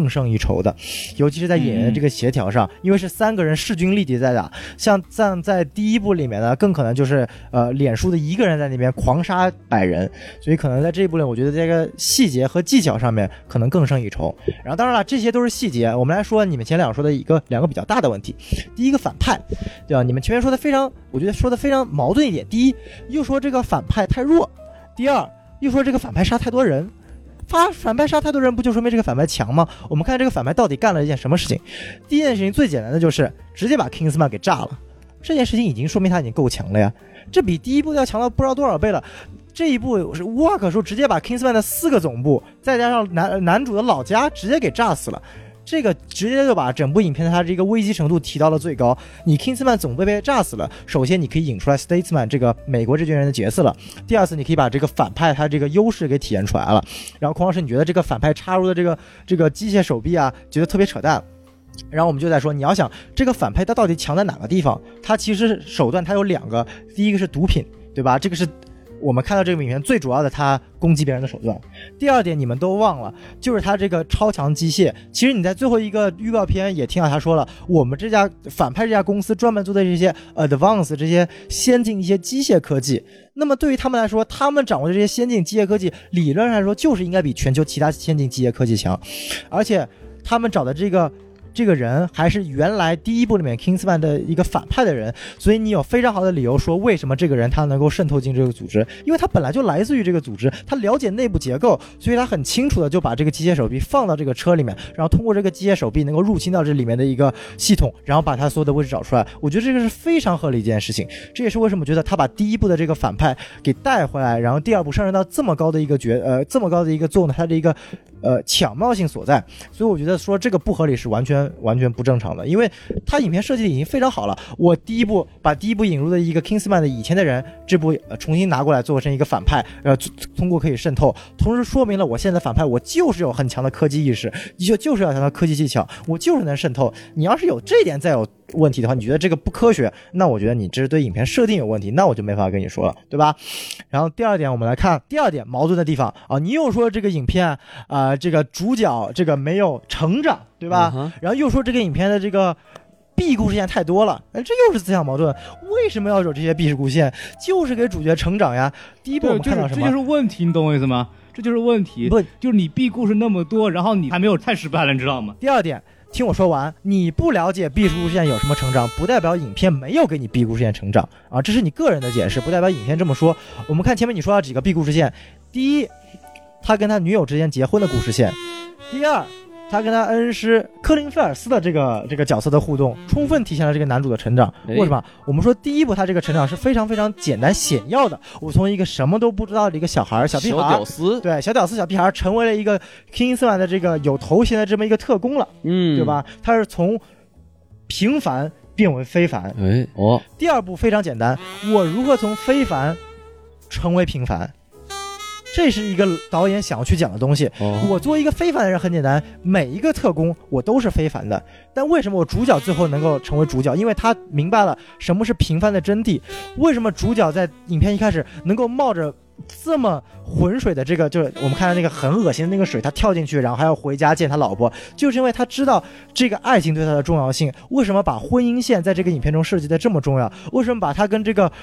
Speaker 1: 更胜一筹的，尤其是在演员的这个协调上，因为是3个人势均力敌在打，像在第一部里面呢，更可能就是脸书的一个人在那边狂杀100人，所以可能在这一部里，我觉得这个细节和技巧上面可能更胜一筹。然后当然了，这些都是细节，我们来说你们前2说的两个比较大的问题。第一个反派，对吧？你们前面说的非常，我觉得说的非常矛盾一点。第一，又说这个反派太弱；第二，又说这个反派杀太多人。反派杀太多人不就说明这个反派强吗？我们看这个反派到底干了一件什么事情。第一件事情最简单的就是直接把 Kingsman 给炸了，这件事情已经说明他已经够强了呀，这比第一部要强了不知道多少倍了。这一部是无话可说，直接把 Kingsman 的4个总部再加上男主的老家直接给炸死了，这个直接就把整部影片的它这个危机程度提到了最高。你 Kingsman 总部被炸死了，首先你可以引出来 Statesman 这个美国这群人的角色了，第二次你可以把这个反派他这个优势给体现出来了。然后孔老师你觉得这个反派插入的这个机械手臂啊，觉得特别扯淡。然后我们就在说，你要想这个反派他到底强在哪个地方，他其实手段他有2个，第一个是毒品，对吧？这个是我们看到这个影片最主要的他攻击别人的手段。第二点你们都忘了，就是他这个超强机械。其实你在最后一个预告片也听到他说了，我们这家反派这家公司专门做的这些 advanced 这些先进一些机械科技，那么对于他们来说，他们掌握的这些先进机械科技理论上来说就是应该比全球其他先进机械科技强，而且他们找的这个人还是原来第一部里面 Kingsman 的一个反派的人，所以你有非常好的理由说为什么这个人他能够渗透进这个组织，因为他本来就来自于这个组织，他了解内部结构，所以他很清楚的就把这个机械手臂放到这个车里面，然后通过这个机械手臂能够入侵到这里面的一个系统，然后把他所有的位置找出来。我觉得这个是非常合理一件事情，这也是为什么觉得他把第一部的这个反派给带回来，然后第2部上升到这么高的一个作用的他的一个巧妙性所在。所以我觉得说这个不合理是完全不正常的，因为他影片设计的已经非常好了。我把第一部引入的一个 Kingsman 的以前的人，这部重新拿过来做成一个反派，通过可以渗透，同时说明了我现在的反派我就是有很强的科技意识，就是要强的科技技巧，我就是能渗透。你要是有这一点再有问题的话，你觉得这个不科学，那我觉得你这是对影片设定有问题，那我就没法跟你说了，对吧？然后第二点，我们来看第2点矛盾的地方啊，你又说这个影片这个主角这个没有成长，对吧？然后又说这个影片的这个 B 故事线太多了，这又是自相矛盾。为什么要有这些 B 故事线？就是给主角成长呀。第一部我们看到什么？
Speaker 2: 这就是问题，你懂我意思吗？这就是问题。不，就是你 B 故事那么多，然后你还没有太失败了，你知道吗？
Speaker 1: 第2点。听我说完，你不了解 B 故事线有什么成长，不代表影片没有给你 B 故事线成长啊，这是你个人的解释，不代表影片这么说。我们看前面你说到几个 B 故事线，第一，他跟他女友之间结婚的故事线；第二，他跟他恩师科林菲尔斯的这个角色的互动，充分体现了这个男主的成长。为什么？我们说第一部他这个成长是非常非常简单显要的。我从一个什么都不知道的一个小屁孩，
Speaker 3: 小屌丝，
Speaker 1: 对，小屌丝小屁孩，成为了一个 Kingsman 的这个有头衔的这么一个特工了，对吧？他是从平凡变为非凡。第2部非常简单，我如何从非凡成为平凡？这是一个导演想要去讲的东西。我作为一个非凡的人很简单，每一个特工我都是非凡的，但为什么我主角最后能够成为主角？因为他明白了什么是平凡的真谛。为什么主角在影片一开始能够冒着这么浑水的这个，就是我们看到那个很恶心的那个水，他跳进去然后还要回家见他老婆，就是因为他知道这个爱情对他的重要性。为什么把婚姻线在这个影片中设计的这么重要？为什么把他跟这个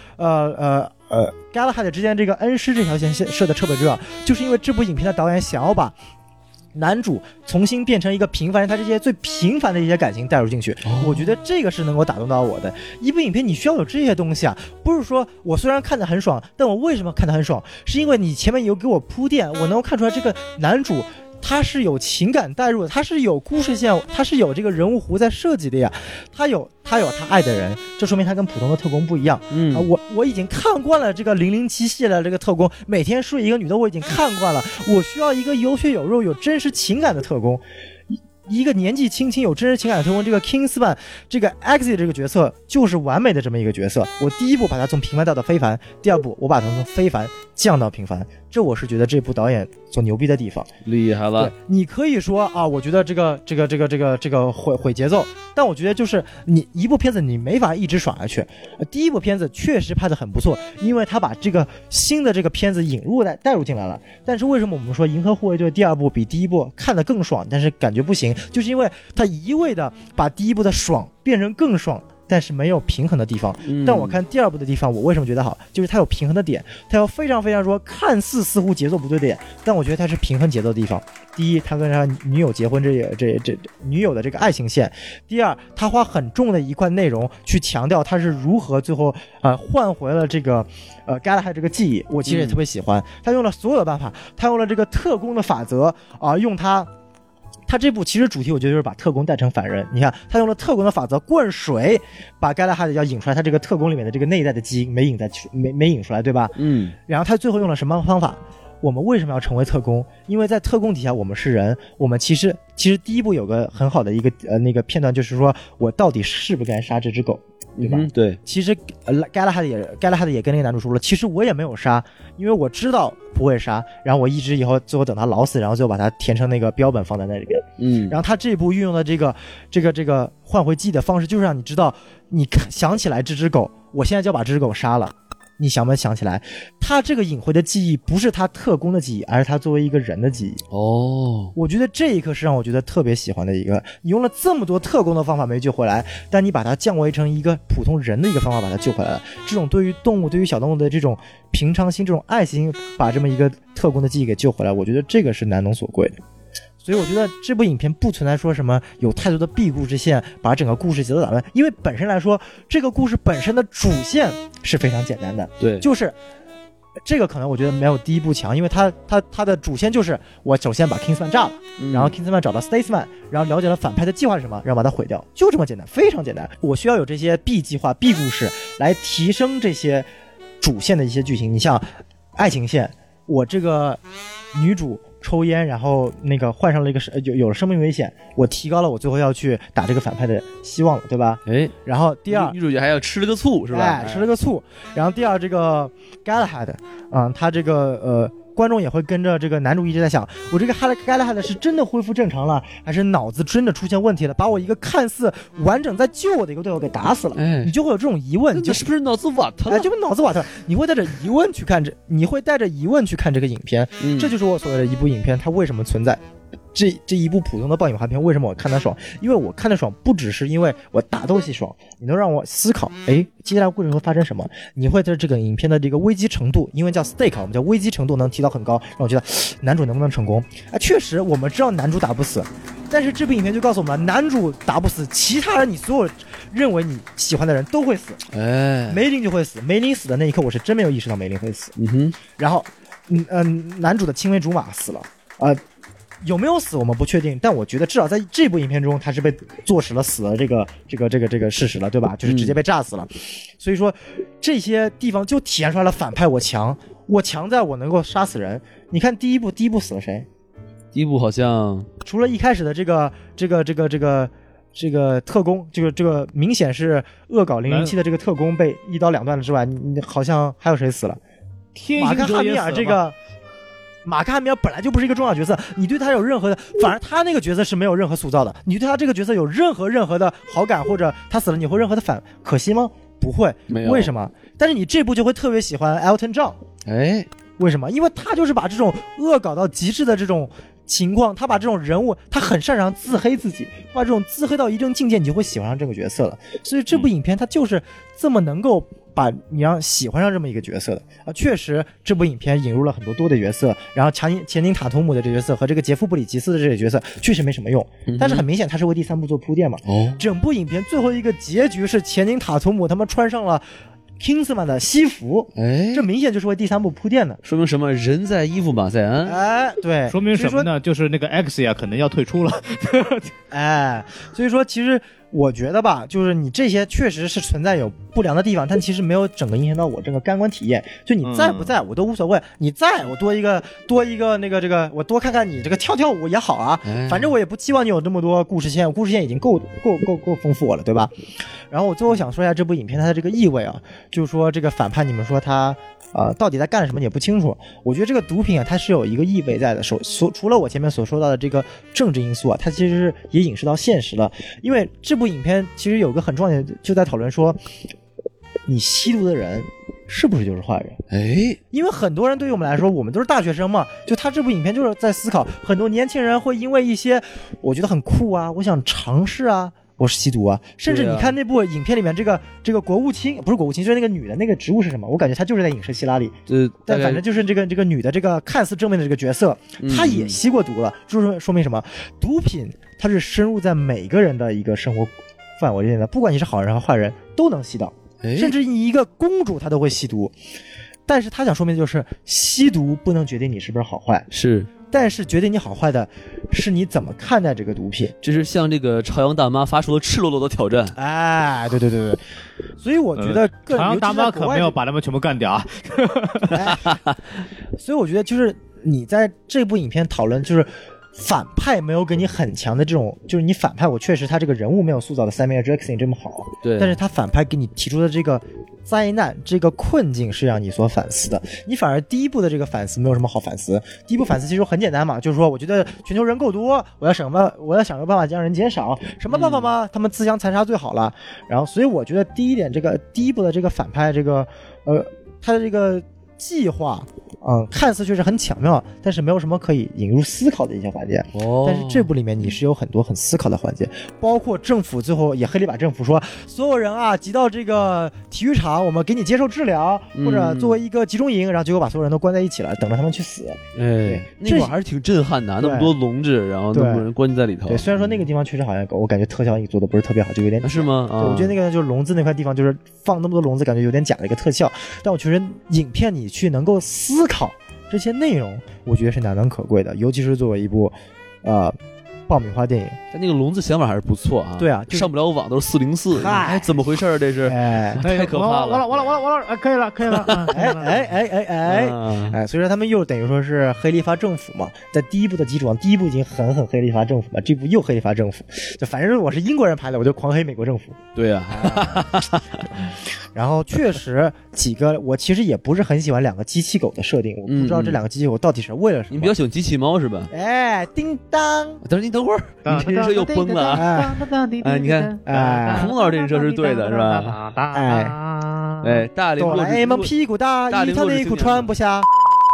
Speaker 1: Galahad 之间这个恩师这条线设的特别重要？就是因为这部影片的导演想要把男主重新变成一个平凡人，他这些最平凡的一些感情带入进去。我觉得这个是能够打动到我的。一部影片你需要有这些东西啊，不是说我虽然看得很爽，但我为什么看得很爽？是因为你前面有给我铺垫，我能够看出来这个男主他是有情感带入的，他是有故事线，他是有这个人物弧在设计的呀。他有他爱的人，这说明他跟普通的特工不一样。我已经看惯了这个007系列这个特工，每天睡一个女的，我已经看惯了。我需要一个有血有肉、有真实情感的特工。一个年纪轻轻有真实情感的特工，这个 Kingsman 这个 Exit 这个角色就是完美的这么一个角色。我第一部把他从平凡到非凡，第2部我把他从非凡降到平凡，这我是觉得这部导演所牛逼的地方。
Speaker 3: 厉害了。
Speaker 1: 你可以说啊，我觉得这个毁节奏，但我觉得就是你一部片子你没法一直耍下去。第一部片子确实拍得很不错，因为他把这个新的这个片子带入进来了。但是为什么我们说银河护卫队第2部比第一部看得更爽，但是感觉不行？ 情，就是因为他一味的把第一部的爽变成更爽，但是没有平衡的地方。但我看第二部的地方，我为什么觉得好，就是它有平衡的点，它有非常非常说看似乎节奏不对的点，但我觉得它是平衡节奏的地方。第一，他跟他女友结婚这女友的这个爱情线；第二，他花很重的一块内容去强调他是如何最后换回了这个Galahad 这个记忆。我其实也特别喜欢，他用了所有的办法，他用了这个特工的法则用他这部其实主题我觉得就是把特工带成反人。你看他用了特工的法则灌水，把 Galahad 要引出来他这个特工里面的这个内在的基因没引出来，对吧？然后他最后用了什么方法？我们为什么要成为特工？因为在特工底下我们是人，我们其实第一部有个很好的一个那个片段，就是说我到底是不是该杀这只狗，对吧？
Speaker 3: 对，
Speaker 1: 其实Galahad 也跟那个男主说了，其实我也没有杀，因为我知道不会杀，然后我一直以后最后等他老死，然后最后把他填成那个标本放在那里边。然后他这一部运用的这个换回记忆的方式，就是让你知道，你想起来这只狗，我现在就要把这只狗杀了。你想不想起来，他这个隐回的记忆不是他特工的记忆，而是他作为一个人的记忆。我觉得这一刻是让我觉得特别喜欢的一个，你用了这么多特工的方法没救回来，但你把它降维成一个普通人的一个方法把它救回来了。这种对于动物对于小动物的这种平常心，这种爱心，把这么一个特工的记忆给救回来，我觉得这个是难能所贵的。所以我觉得这部影片不存在说什么有太多的 B 故事线把整个故事节奏打乱，因为本身来说这个故事本身的主线是非常简单的。
Speaker 3: 对，
Speaker 1: 就是这个可能我觉得没有第一部强，因为它的主线就是我首先把 Kingsman 炸了，然后 Kingsman 找到 Statesman， 然后了解了反派的计划是什么，然后把它毁掉，就这么简单，非常简单。我需要有这些 B 计划 B 故事来提升这些主线的一些剧情。你像爱情线，我这个女主抽烟，然后那个患上了一个有了生命危险，我提高了我最后要去打这个反派的希望了，对吧？然后第二，
Speaker 3: 女主角还要吃了个醋，是吧？
Speaker 1: 吃了个醋。然后第二，这个 Galahad，他这个观众也会跟着这个男主一直在想，我这个 Galahad 是真的恢复正常了，还是脑子真的出现问题了，把我一个看似完整在救我的一个队友给打死了？你就会有这种疑问，你
Speaker 3: 就是不是脑子瓦特了？
Speaker 1: 就是脑子瓦特，你会带着疑问去看这个影片。这就是我所谓的一部影片它为什么存在。这一部普通的爆米花片为什么我看得爽？因为我看得爽不只是因为我打斗戏爽，你能让我思考，接下来故事会发生什么？你会在这个影片的这个危机程度，因为叫 stake， 我们叫危机程度能提到很高，让我觉得男主能不能成功？确实我们知道男主打不死，但是这部影片就告诉我们了，男主打不死，其他人你所有认为你喜欢的人都会死。梅林就会死，梅林死的那一刻我是真没有意识到梅林会死。然后男主的青梅竹马死了，有没有死我们不确定，但我觉得至少在这部影片中他是被坐实了死了这个事实了，对吧？就是直接被炸死了。所以说这些地方就体现出来了反派我强在我能够杀死人。你看第一部死了谁？
Speaker 3: 第一部好像
Speaker 1: 除了一开始的这个特工，这个明显是恶搞007的这个特工被一刀两断了之外，你好像还有谁死了？马克·汉密尔这个。马克·汉密尔本来就不是一个重要角色，你对他有任何的，反而他那个角色是没有任何塑造的。你对他这个角色有任何的好感，或者他死了你会任何的可惜吗？不会，
Speaker 3: 没有。
Speaker 1: 为什么？但是你这部就会特别喜欢 Elton John。为什么？因为他就是把这种恶搞到极致的这种情况，他把这种人物，他很擅长自黑自己，把这种自黑到一定境界，你就会喜欢上这个角色了。所以这部影片它就是这么能够把你让喜欢上这么一个角色的确实这部影片引入了很多的角色，然后钱宁塔图姆的这个角色和这个杰夫布里吉斯的这个角色确实没什么用，但是很明显他是为第三部做铺垫嘛。整部影片最后一个结局是钱宁塔图姆他们穿上了Kingsman 的西服，这明显就是为第三部铺垫的。
Speaker 3: 说明什么？人在伊夫马塞恩。
Speaker 1: 对，
Speaker 2: 说明什么呢？就是那个 X 呀，可能要退出了。
Speaker 1: 所以说其实我觉得吧，就是你这些确实是存在有不良的地方，但其实没有整个影响到我这个感官体验。就你在不在我都无所谓，你在我多一个那个这个，我多看看你这个跳舞也好啊，反正我也不期望你有这么多故事线，故事线已经够丰富我了，对吧？然后我最后想说一下这部影片它的这个意味啊，就是说这个反派你们说他到底在干什么也不清楚。我觉得这个毒品它是有一个意味在的，除了我前面所说到的这个政治因素它其实也影射到现实了。因为这部影片其实有个很重要的就在讨论说，你吸毒的人是不是就是坏人？
Speaker 3: 哎，
Speaker 1: 因为很多人对于我们来说，我们都是大学生嘛，就他这部影片就是在思考，很多年轻人会因为一些我觉得很酷啊，我想尝试啊，我是吸毒啊，甚至你看那部影片里面这个国务卿，不是国务卿，就是那个女的那个职务是什么？我感觉她就是在影射希拉里，但反正就是这个女的这个看似正面的这个角色，她也吸过毒了，就是说明什么？毒品它是深入在每个人的一个生活范围内的，不管你是好人还是坏人都能吸到，甚至你一个公主她都会吸毒。但是他想说明的就是吸毒不能决定你是不是好坏，
Speaker 3: 是，
Speaker 1: 但是决定你好坏的是你怎么看待这个毒品。
Speaker 3: 这是向这个朝阳大妈发出了赤裸裸的挑战。
Speaker 1: 哎，对对对对，所以我觉得
Speaker 2: 朝阳大妈可没有把他们全部干掉啊。
Speaker 1: 所以我觉得就是你在这部影片讨论就是反派没有给你很强的这种，就是你反派我确实他这个人物没有塑造的 Samuel Jackson 这么好，
Speaker 3: 对，
Speaker 1: 但是他反派给你提出的这个灾难这个困境是让你所反思的，你反而第一部的这个反思没有什么好反思。第一部反思其实很简单嘛，就是说我觉得全球人够多，我要想个办法将人减少，什么办法吗？他们自相残杀最好了。然后所以我觉得第一部的这个反派这个他的这个计划看似确实很巧妙，但是没有什么可以引入思考的一些环节。但是这部里面你是有很多很思考的环节，包括政府最后也黑里把政府说所有人啊集到这个体育场，我们给你接受治疗，或者作为一个集中营，然后结果把所有人都关在一起了，等着他们去死。
Speaker 3: 那会儿还是挺震撼的，那么多笼子，然后那么多人关在里头。
Speaker 1: 对，虽然说那个地方确实好像我感觉特效也做的不是特别好，就有点
Speaker 3: 是吗？
Speaker 1: 对，我觉得那个就是笼子那块地方就是放那么多笼子，感觉有点假的一个特效。但我觉得影片你去能够思考这些内容，我觉得是难能可贵的，尤其是作为一部爆米花电影。
Speaker 3: 但那个笼子想法还是不错啊。
Speaker 1: 对啊，就是、
Speaker 3: 上不了网都是404，哎，怎么回事这是？
Speaker 1: 哎，
Speaker 3: 太可怕了！
Speaker 2: 完了，可以了。
Speaker 1: 所以说他们又等于说是黑立法政府嘛，在第一部的基础上，第一部已经很黑立法政府嘛，这部又黑立法政府，就反正我是英国人拍的，我就狂黑美国政府。
Speaker 3: 对啊。
Speaker 1: 然后确实几个，我其实也不是很喜欢两个机器狗的设定，我不知道这两个机器狗到底是为了什么。
Speaker 3: 你比较喜欢机器猫是吧？
Speaker 1: 哎，叮当，
Speaker 3: 你等会儿，你这人设又崩了啊！哎，你看，哎，孔老师这人设是对的，是吧？哎，大
Speaker 1: 哆啦 A 梦屁股大，一条内裤穿不下。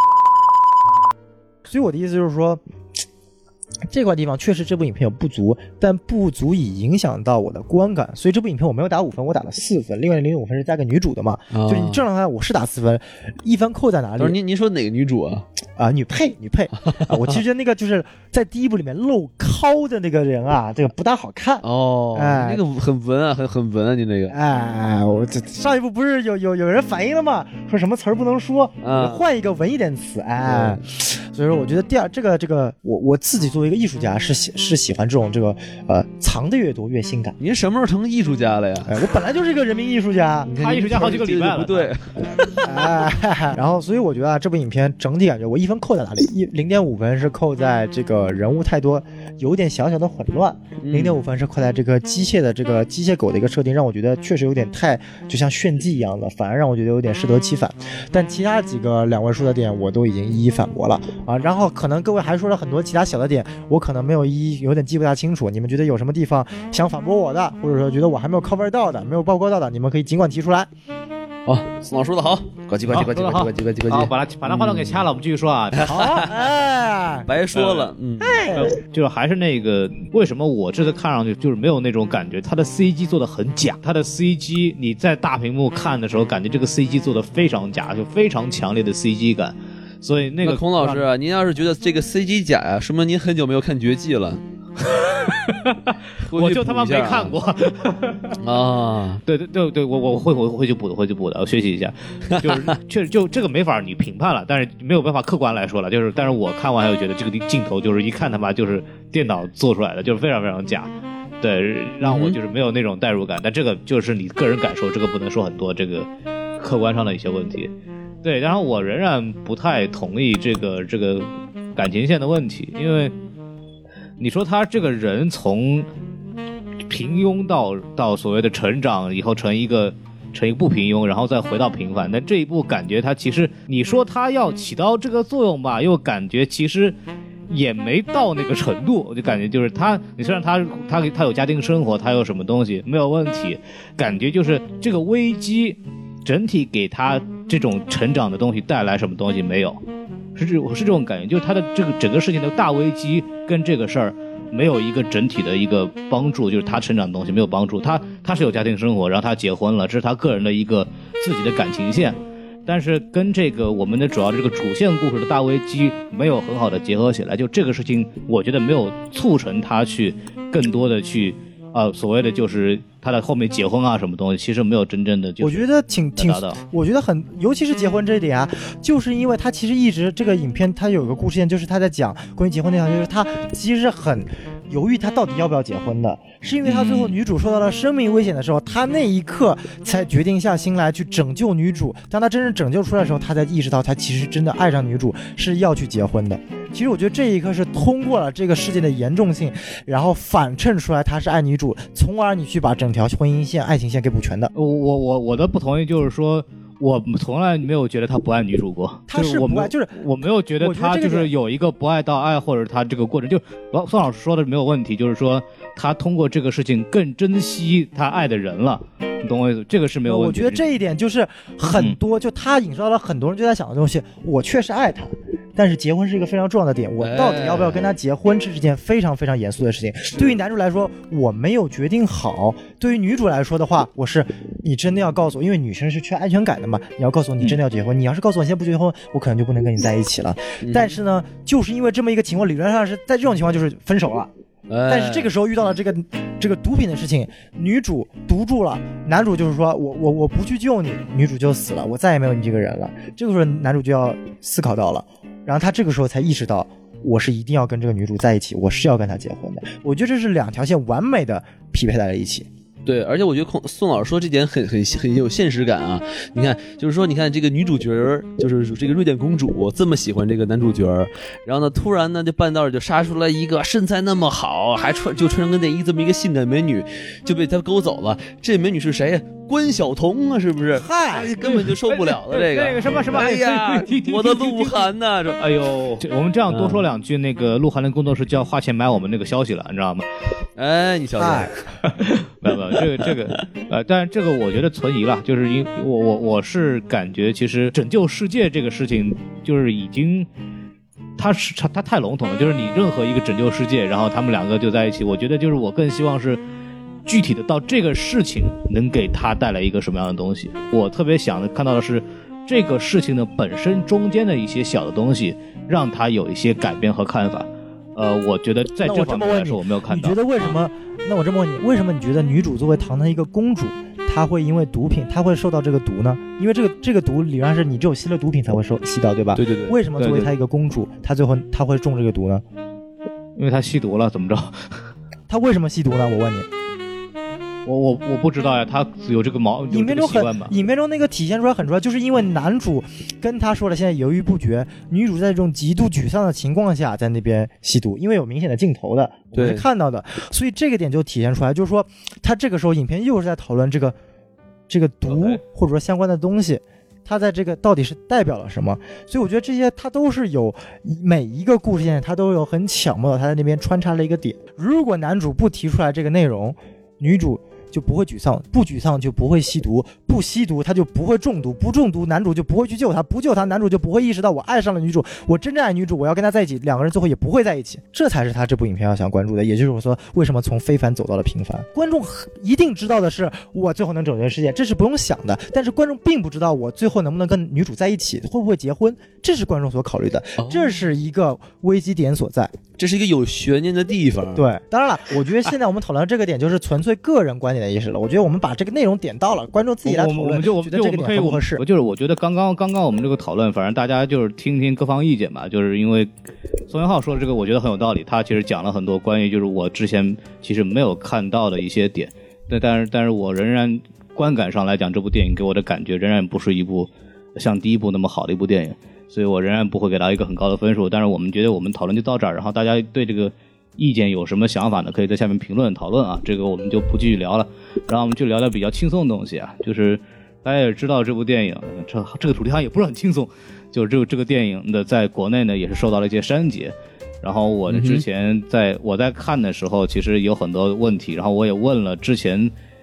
Speaker 1: 所以我的意思就是说，这块地方确实这部影片有不足，但不足以影响到我的观感，所以这部影片我没有打5分，我打了4分，另外0.5分是加个女主的嘛，就是你正常看我是打4分，1分扣在哪里？
Speaker 3: 您说哪个女主啊？
Speaker 1: 女配我其实觉得那个就是在第一部里面露尻的那个人啊，这个不大好看
Speaker 3: 哦，那个很文啊，很文啊，你那个
Speaker 1: 我这上一部不是有人反映了吗？说什么词儿不能说，换一个文一点词，所以说我觉得这个我自己作为一个艺术家是喜欢这种这个藏的越多越性感。
Speaker 3: 您什么时候成艺术家了呀？
Speaker 1: 我本来就是一个人民艺术家，
Speaker 2: 他艺术家好几个礼拜了，
Speaker 3: 不对。
Speaker 1: 然后所以我觉得这部影片整体感觉我1分扣在哪里？0.5分是扣在这个人物太多，有点小小的混乱；0.5分是扣在这个机械的这个机械狗的一个设定，让我觉得确实有点太就像炫技一样的，反而让我觉得有点适得其反。但其他几个2位数的点我都已经一一反驳了啊。然后可能各位还说了很多其他小的点，我可能没有有点记不大清楚。你们觉得有什么地方想反驳我的，或者说觉得我还没有 cover 到的，没有曝光到的，你们可以尽管提出来。
Speaker 3: 宋老师说的好，呱唧，
Speaker 2: 好，把他话筒给掐了，我们继续说啊。
Speaker 1: 好，
Speaker 3: 白说了，
Speaker 2: 就是还是那个，为什么我这次看上去就是没有那种感觉，他的 CG 做的很假，他的 CG 你在大屏幕看的时候，感觉这个 CG 做的非常假，就非常强烈的 CG 感。所以那个
Speaker 3: 孔老师啊，您要是觉得这个 CG 假呀，说明您很久没有看绝技了。
Speaker 2: 我就他妈没看过
Speaker 3: 啊！
Speaker 2: 对，我会去补的，我学习一下。就是确实就这个没法你评判了，但是没有办法客观来说了。就是但是我看完还有觉得这个镜头就是一看他妈就是电脑做出来的，就是非常非常假。对，让我就是没有那种代入感。但这个就是你个人感受，这个不能说很多这个客观上的一些问题。对，然后我仍然不太同意这个感情线的问题，因为你说他这个人从平庸到所谓的成长以后成一个不平庸，然后再回到平凡，但这一步感觉他其实你说他要起到这个作用吧，又感觉其实也没到那个程度。我就感觉就是你虽然他有家庭生活，他有什么东西没有问题，感觉就是这个危机整体给他这种成长的东西带来什么东西没有，是这种感觉，就是他的这个整个事情的大危机跟这个事儿没有一个整体的一个帮助，就是他成长的东西没有帮助。他是有家庭生活，然后他结婚了，这是他个人的一个自己的感情线，但是跟这个我们的主要这个主线故事的大危机没有很好的结合起来，就这个事情我觉得没有促成他去更多的去所谓的就是他的后面结婚啊什么东西，其实没有真正的就是
Speaker 1: 我觉得我觉得很，尤其是结婚这一点啊，就是因为他其实一直这个影片他有一个故事线，就是他在讲关于结婚那条，就是他其实很犹豫他到底要不要结婚的，是因为他最后女主受到了生命危险的时候，他那一刻才决定下心来去拯救女主。当他真正拯救出来的时候，他才意识到他其实真的爱上女主，是要去结婚的。其实我觉得这一刻是通过了这个事件的严重性，然后反衬出来他是爱女主，从而你去把整条婚姻线、爱情线给补全的。
Speaker 2: 我的不同意就是说，我从来没有觉得他不爱女主过，
Speaker 1: 他是不爱，就是
Speaker 2: 我没有觉得他就是有一个不爱到爱，或者他这个过程，就宋老师说的没有问题，就是说他通过这个事情更珍惜他爱的人了，你懂我意思？这个是没有问题。
Speaker 1: 我觉得这一点就是很多，就他引申到了很多人就在想的东西。我确实爱他，但是结婚是一个非常重要的点，我到底要不要跟他结婚，这是件非常非常严肃的事情。对于男主来说，我没有决定好；对于女主来说的话，你真的要告诉我，因为女生是缺安全感的嘛，你要告诉我你真的要结婚。你要是告诉我现在不结婚，我可能就不能跟你在一起了。但是呢，就是因为这么一个情况，理论上是在这种情况就是分手了。但是这个时候遇到了这个毒品的事情，女主毒住了，男主就是说我不去救你，女主就死了，我再也没有你这个人了。这个时候男主就要思考到了，然后他这个时候才意识到，我是一定要跟这个女主在一起，我是要跟她结婚的。我觉得这是两条线完美的匹配在了一起。
Speaker 3: 对，而且我觉得宋老师说这点很有现实感啊！你看，就是说，你看这个女主角，就是这个瑞典公主这么喜欢这个男主角，然后呢，突然呢就半道就杀出来一个身材那么好，还穿个内衣这么一个性感美女，就被他勾走了。这美女是谁呀？关晓彤啊，是不是？
Speaker 1: 嗨，
Speaker 3: 根本就受不了了这个。
Speaker 2: 那个什么，
Speaker 3: 哎呀，我的鹿晗呐！
Speaker 2: 哎呦，我们这样多说两句，那个鹿晗的工作室就要花钱买我们那个消息了，你知道吗？
Speaker 3: 哎，你小心。
Speaker 2: 没有，这个但是这个我觉得存疑了，就是因为我是感觉其实拯救世界这个事情就是已经。它太笼统了，就是你任何一个拯救世界，然后他们两个就在一起，我觉得就是我更希望是具体的到这个事情能给他带来一个什么样的东西。我特别想看到的是这个事情的本身中间的一些小的东西，让他有一些改变和看法。我觉得在这方面来说我没有看到。
Speaker 1: 你觉得为什么？那我这么问你，为什么你觉得女主作为堂堂一个公主，她会因为毒品，她会受到这个毒呢？因为这个毒理论上是你只有吸了毒品才会吸到，对吧？
Speaker 3: 对对对。
Speaker 1: 为什么作为她一个公主，她最后她会中这个毒呢？
Speaker 2: 因为她吸毒了，怎么着？
Speaker 1: 她为什么吸毒呢？我问你。
Speaker 2: 我不知道呀，他有这个
Speaker 1: 影片中影片中那个体现出来很主要，就是因为男主跟他说了现在犹豫不决，女主在这种极度沮丧的情况下在那边吸毒，因为有明显的镜头的，我是看到的，所以这个点就体现出来，就是说他这个时候影片又是在讨论这个毒或者说相关的东西。它在这个到底是代表了什么？所以我觉得这些它都是有每一个故事线，它都有很巧妙的，它在那边穿插了一个点。如果男主不提出来这个内容，女主就不会沮丧，不沮丧就不会吸毒，不吸毒他就不会中毒，不中毒男主就不会去救他，不救他男主就不会意识到我爱上了女主，我真正爱女主，我要跟她在一起，两个人最后也不会在一起。这才是他这部影片要想关注的，也就是说为什么从非凡走到了平凡。观众一定知道的是我最后能拯救世界，这是不用想的，但是观众并不知道我最后能不能跟女主在一起，会不会结婚，这是观众所考虑的，这是一个危机点所在，
Speaker 3: 这是一个有悬念的地方。
Speaker 1: 对，当然了，我觉得现在我们讨论这个点就是纯粹个人观点的意识了。我觉得我们把这个内容点到了，观众自己来讨论，我们觉得这个点合不合适。
Speaker 2: 我觉得刚刚我们这个讨论，反正大家就是听听各方意见吧。就是因为宋元浩说的这个，我觉得很有道理。他其实讲了很多关于就是我之前其实没有看到的一些点。但是我仍然观感上来讲，这部电影给我的感觉仍然不是一部像第一部那么好的一部电影，所以我仍然不会给他一个很高的分数。但是我们觉得我们讨论就到这儿，然后大家对这个意见有什么想法呢？可以在下面评论讨论啊，这个我们就不继续聊了。然后我们就聊聊比较轻松的东西啊，就是大家也知道这部电影这个主题好像也不是很轻松，就是这个电影的在国内呢也是受到了一些删节。然后我之前我在看的时候其实有很多问题，然后我也问了之前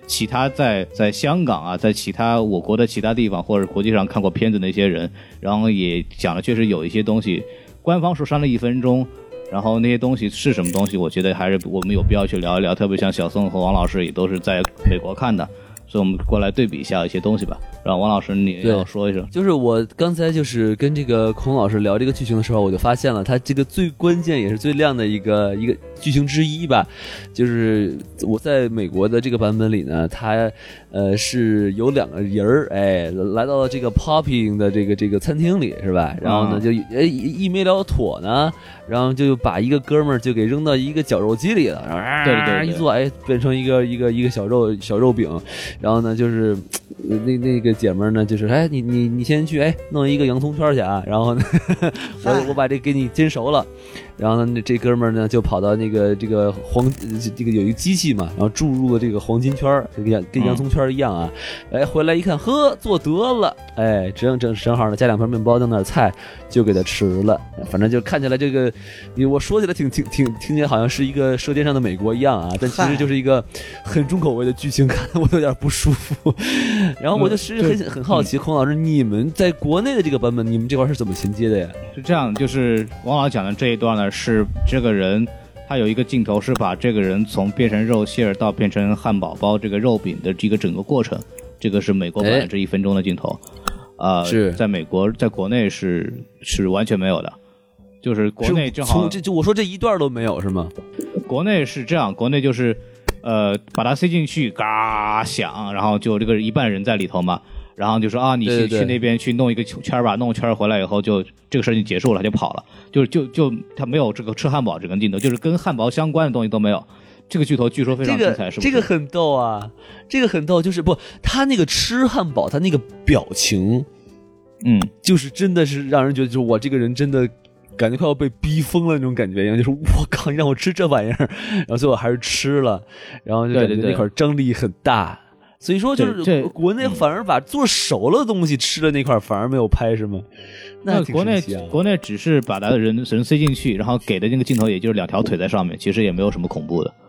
Speaker 2: 其他在香港啊，在其他我国的其他地方或者国际上看过片子那些人，然后也讲了，确实有一些东西，官方说删了1分钟，然后那些东西是什么东西，我觉得还是我们有必要去聊一聊，特别像小宋和王老师也都是在美国看的，所以我们过来对比一下一些东西吧。然后王老师你要说一声。
Speaker 3: 就是我刚才就是跟这个孔老师聊这个剧情的时候，我就发现了他这个最关键也是最亮的一个剧情之一吧，就是我在美国的这个版本里呢，他是有2个人儿来到了这个 Popping 的这个餐厅里是吧？然后呢就一没聊妥呢，然后就把一个哥们儿就给扔到一个绞肉机里了，然后
Speaker 2: 对
Speaker 3: 一做变成一个小肉饼，然后呢就是那个姐们儿呢就是你先去弄一个洋葱圈去啊，然后呢我把这给你煎熟了，然后呢这哥们儿呢就跑到这个这个有一个机器嘛，然后注入了这个黄金圈，跟洋葱圈一样啊，回来一看呵做得了，正好呢加2片面包弄点菜就给他吃了，反正就看起来这个我说起来听起来好像是一个舌尖上的美国一样啊，但其实就是一个很重口味的剧情，看得我有点不舒服。然后我就是很好奇，孔老师你们在国内的这个版本，你们这块是怎么衔接的呀？
Speaker 2: 是这样，就是王老讲的这一段呢，是这个人他有一个镜头是把这个人从变成肉馅到变成汉堡包这个肉饼的这个整个过程，这个是美国版这1分钟的镜头，
Speaker 3: 是
Speaker 2: 在美国在国内是完全没有的，就是国内正好
Speaker 3: 就我说这一段都没有是吗？
Speaker 2: 国内是这样，国内就是把它塞进去嘎响，然后就这个一半人在里头嘛，然后就说你去那边去弄一个圈吧，弄圈回来以后就这个事情结束了，就跑了，就他没有这个吃汉堡这个镜头，就是跟汉堡相关的东西都没有。这个剧头据说非常精彩，是不是？
Speaker 3: 这个很逗啊，这个很逗，就是他那个吃汉堡，他那个表情，就是真的是让人觉得，就是我这个人真的感觉快要被逼疯了那种感觉一样，就是我靠，你让我吃这玩意儿，然后最后还是吃了，然后就感觉那块张力很大。所以说就是国内反而把做熟了的东西吃的那块反而没有拍是吗？那
Speaker 2: 国内只是把他的人塞进去，然后给的那个镜头也就是2条腿在上面，其实也没有什么恐怖的。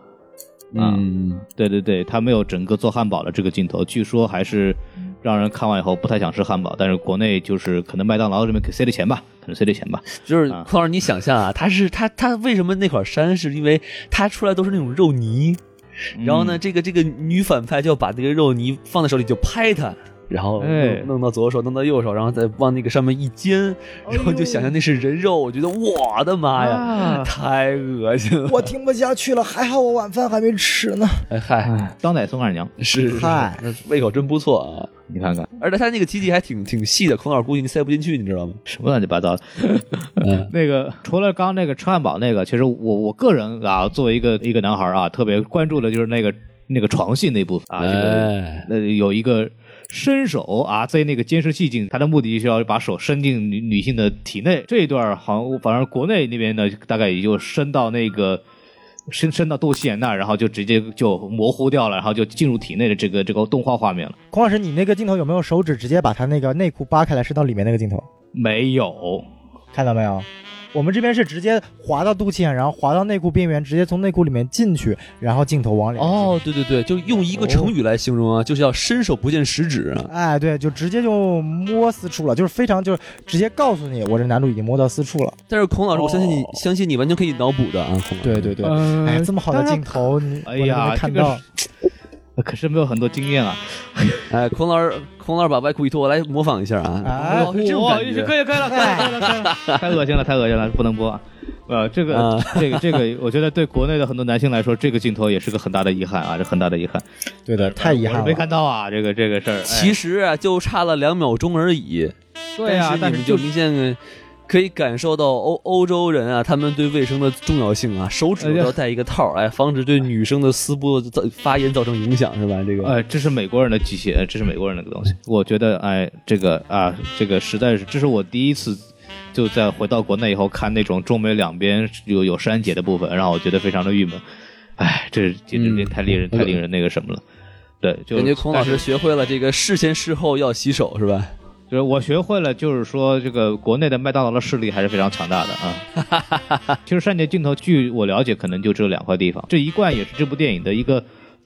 Speaker 2: 对，他没有整个做汉堡的这个镜头，据说还是让人看完以后不太想吃汉堡，但是国内就是可能麦当劳这边给塞点钱吧，
Speaker 3: 就是匡儿你想象啊，他为什么那块山是因为他出来都是那种肉泥，然后呢这个女反派就要把这个肉泥放在手里就拍他，然后弄到左手弄到右手，然后再往那个上面一煎，然后就想象那是人肉，我觉得我的妈呀，太恶心了，
Speaker 1: 我听不下去了，还好我晚饭还没吃呢。
Speaker 2: 当奶送二娘
Speaker 3: 是胃口真不错啊，
Speaker 2: 你看看，
Speaker 3: 而且他那个基地还挺细的，孔老师估计你塞不进去，你知道吗？
Speaker 2: 什么乱七八糟的。那个除了刚刚那个吃汉堡那个，其实我个人啊，作为一个男孩啊，特别关注的就是那个床戏那部分啊，这个有一个伸手啊，在那个监视器镜，他的目的是要把手伸进女性的体内。这一段好像反正国内那边呢，大概也就伸到那个伸到肚脐眼那，然后就直接就模糊掉了，然后就进入体内的这个动画画面了。
Speaker 1: 孔老师，你那个镜头有没有手指直接把他那个内裤扒开来伸到里面那个镜头？
Speaker 2: 没有，
Speaker 1: 看到没有？我们这边是直接滑到肚脐眼，然后滑到内裤边缘，直接从内裤里面进去，然后镜头往里面进。
Speaker 3: 对，就用一个成语来形容啊，就是要伸手不见十指。
Speaker 1: 对，就直接就摸私处了，就是非常就是直接告诉你，我这男主已经摸到私处了。
Speaker 3: 但是孔老师，我相信你完全可以脑补的啊。
Speaker 1: 对，这么好的镜头，我能看到。
Speaker 2: 可是没有很多经验啊。
Speaker 3: 孔老师把外裤一脱，我来模仿一下啊。
Speaker 2: 这种感觉可以了，太恶心了，不能播。这个，我觉得对国内的很多男性来说，这个镜头也是个很大的遗憾啊，这很大的遗憾。
Speaker 1: 对的，太遗憾了，
Speaker 2: 我没看到啊，这个事儿。
Speaker 3: 其实啊，就差了2秒钟而已。
Speaker 2: 对啊，
Speaker 3: 但是就明显可以感受到欧洲人啊，他们对卫生的重要性啊，手指都要戴一个套，防止对女生的私部发炎造成影响，是吧？这个，
Speaker 2: 这是美国人的机械，这是美国人的东西。我觉得，这个实在是，这是我第一次就在回到国内以后看那种中美两边有删节的部分，让我觉得非常的郁闷。这简直太令人那个什么了。对，就
Speaker 3: 感觉孔老师学会了这个事前事后要洗手，是吧？
Speaker 2: 就是我学会了，就是说这个国内的麦当劳的势力还是非常强大的啊。其实删节镜头，据我了解，可能就只有2块地方。这一贯也是这部电影的一个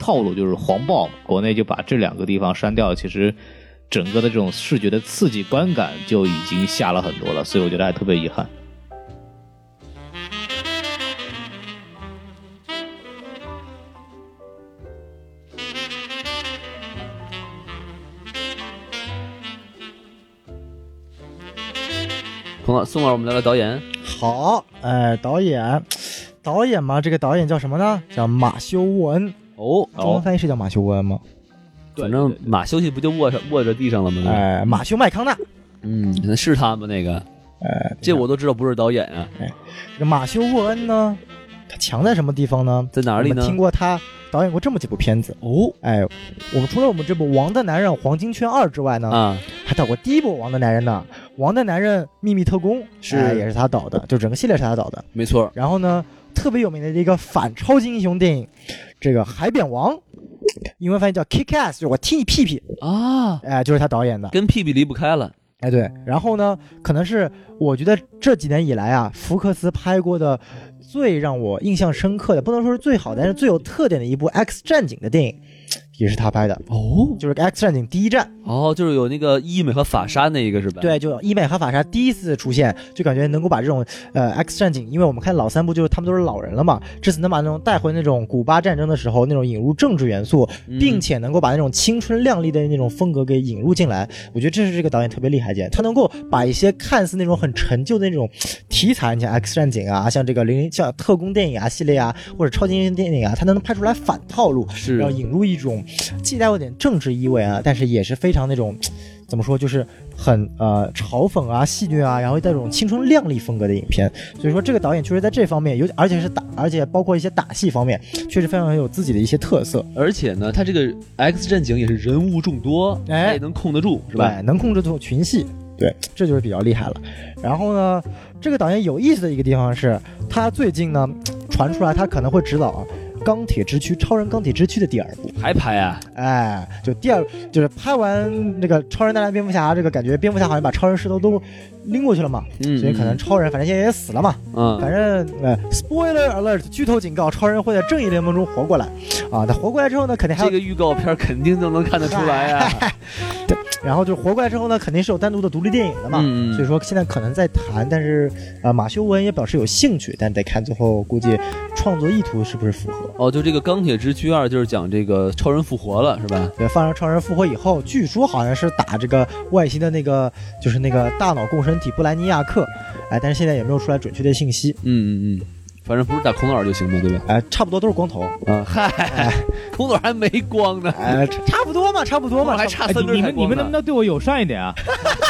Speaker 2: 套路，就是黄暴，国内就把这2个地方删掉，其实整个的这种视觉的刺激观感就已经下了很多了，所以我觉得还特别遗憾。
Speaker 3: 宋老，我们聊聊导演。
Speaker 1: 好，导演嘛，这个导演叫什么呢？叫马修·沃恩。中文翻译是叫马修·沃恩吗？
Speaker 3: 反正马休息不就卧着地上了吗？
Speaker 1: 马修·麦康纳。
Speaker 3: 是他吗？那个，这我都知道不是导演啊。
Speaker 1: 这个马修·沃恩呢，他强在什么地方呢？
Speaker 3: 在哪里呢？
Speaker 1: 我们听过他导演过这么几部片子我们除了我们这部《王的男人黄金圈2》之外呢，还导过第一部《王的男人》呢，《王的男人秘密特工》也是他导的，就整个系列是他导的，
Speaker 3: 没错。
Speaker 1: 然后呢，特别有名的一个反超级英雄电影，这个《海扁王》，英文翻译叫 Kick-Ass， 就是我踢你屁屁啊，就是他导演的，
Speaker 3: 跟屁屁离不开了。
Speaker 1: 对。然后呢，可能是我觉得这几年以来啊，福克斯拍过的最让我印象深刻的，不能说是最好，但是最有特点的一部 X 战警的电影，也是他拍的就是 X 战警第一战
Speaker 3: 就是有那个伊美和法莎那一个是吧？
Speaker 1: 对，就伊美和法莎第一次出现，就感觉能够把这种X 战警，因为我们看老3部就是他们都是老人了嘛，这次能把那种带回那种古巴战争的时候那种引入政治元素，并且能够把那种青春靓丽的那种风格给引入进来，我觉得这是这个导演特别厉害的，他能够把一些看似那种很陈旧的那种题材，你像 X 战警啊，像这个像特工电影啊系列啊，或者超级英雄电影啊，他能拍出来反套路，然后引入一种既带有点政治意味啊，但是也是非常那种怎么说，就是很嘲讽啊、戏谑啊，然后带这种青春靓丽风格的影片。所以说这个导演确实在这方面而且包括一些打戏方面，确实非常有自己的一些特色。
Speaker 3: 而且呢，他这个 X 战警也是人物众多，也能控得住，是吧？
Speaker 1: 能控制住群戏，对，这就是比较厉害了。然后呢，这个导演有意思的一个地方是，他最近呢传出来他可能会指导钢铁之躯，超人钢铁之躯的第2部
Speaker 3: 还拍啊？
Speaker 1: 就就是拍完这个超人大战蝙蝠侠，这个感觉蝙蝠侠好像把超人势头都拎过去了嘛，所以可能超人反正现在也死了嘛，反正spoiler alert， 剧透警告，超人会在正义联盟中活过来啊。他活过来之后呢，肯定还有
Speaker 3: 这个预告片肯定都能看得出来啊。
Speaker 1: 对，然后就活过来之后呢，肯定是有单独的独立电影的嘛，所以说现在可能在谈，但是马修·沃恩也表示有兴趣，但得看最后估计创作意图是不是符合。
Speaker 3: 就这个钢铁之躯2就是讲这个超人复活了，是吧？
Speaker 1: 对，放上超人复活以后，据说好像是打这个外星的那个，就是那个大脑共生体布莱尼亚克，但是现在也没有出来准确的信息。
Speaker 3: 反正不是打孔老就行嘛，对吧？
Speaker 1: 差不多都是光头。
Speaker 3: 孔老还没光呢。
Speaker 1: 差不多嘛，
Speaker 3: 还差3根。
Speaker 2: 你们能不能对我友善一点啊？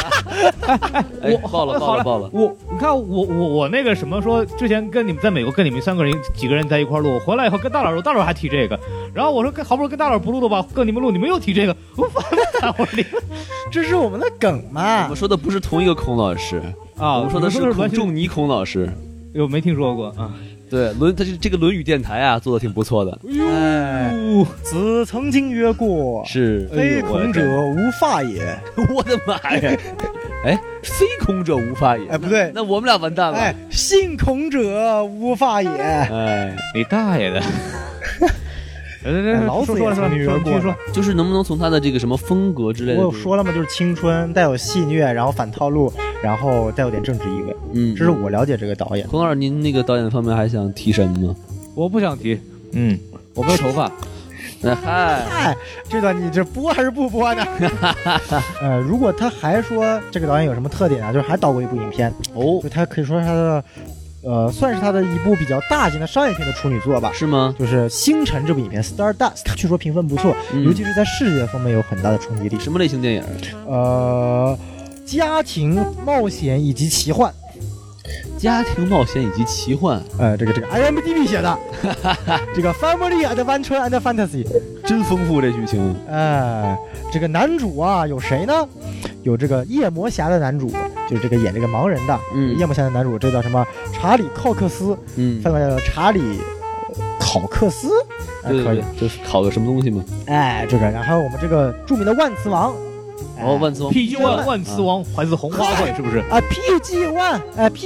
Speaker 3: 爆了！
Speaker 2: 你看我那个什么说，之前跟你们在美国跟你们3个人几个人在一块录，回来以后跟大老还提这个，然后我说好不容易跟大老不录了吧，跟你们录，你们又提这个，我烦我说
Speaker 1: 这是我们的梗嘛？
Speaker 3: 我们说的不是同一个孔老师
Speaker 2: 啊，
Speaker 3: 我们说的是孔仲尼孔老师。
Speaker 2: 有没听说过啊？
Speaker 3: 对，他这个《论语》电台啊，做的挺不错的。
Speaker 1: 子曾经曰过，
Speaker 3: 是
Speaker 1: 非孔者无法也。
Speaker 3: 我的妈呀！非孔者无法也。
Speaker 1: 不对，
Speaker 3: 那我们俩完蛋了。
Speaker 1: 信孔者无法也。
Speaker 2: 你大爷的！
Speaker 1: 老子也曾经曰过，
Speaker 3: 就是能不能从他的这个什么风格之类的？
Speaker 1: 我说了嘛，就是青春，带有戏谑，然后反套路，然后带有点政治意味。这是我了解这个导演。
Speaker 3: 孔老师，您那个导演方面还想提什么吗？
Speaker 2: 我不想提。我没有头发。
Speaker 3: 嗨，
Speaker 1: 这段你这播还是不播呢？如果他还说这个导演有什么特点啊，就是还导过一部影片就他可以说是他的。算是他的一部比较大型的商业片的处女作吧？
Speaker 3: 是吗？
Speaker 1: 就是《星辰》这部影片 Stardust， 据说评分不错，尤其是在视觉方面有很大的冲击力。
Speaker 3: 什么类型电影？
Speaker 1: 家庭冒险以及奇幻。
Speaker 3: 家庭冒险以及奇幻，
Speaker 1: 这个 IMDB 写的，这个 Family Adventure and Fantasy，
Speaker 3: 真丰富这剧情。
Speaker 1: 这个男主啊有谁呢？有这个夜魔侠的男主，就是这个演这个盲人的，夜魔侠的男主，这叫什么？查理·考克斯，翻过来叫查理考克斯，
Speaker 3: 可以，就是考个什么东西吗？
Speaker 1: 这个，然后我们这个著名的万磁王。
Speaker 3: 万磁王
Speaker 2: PG1 万磁王还是红花会是不是
Speaker 1: 啊 ？PG1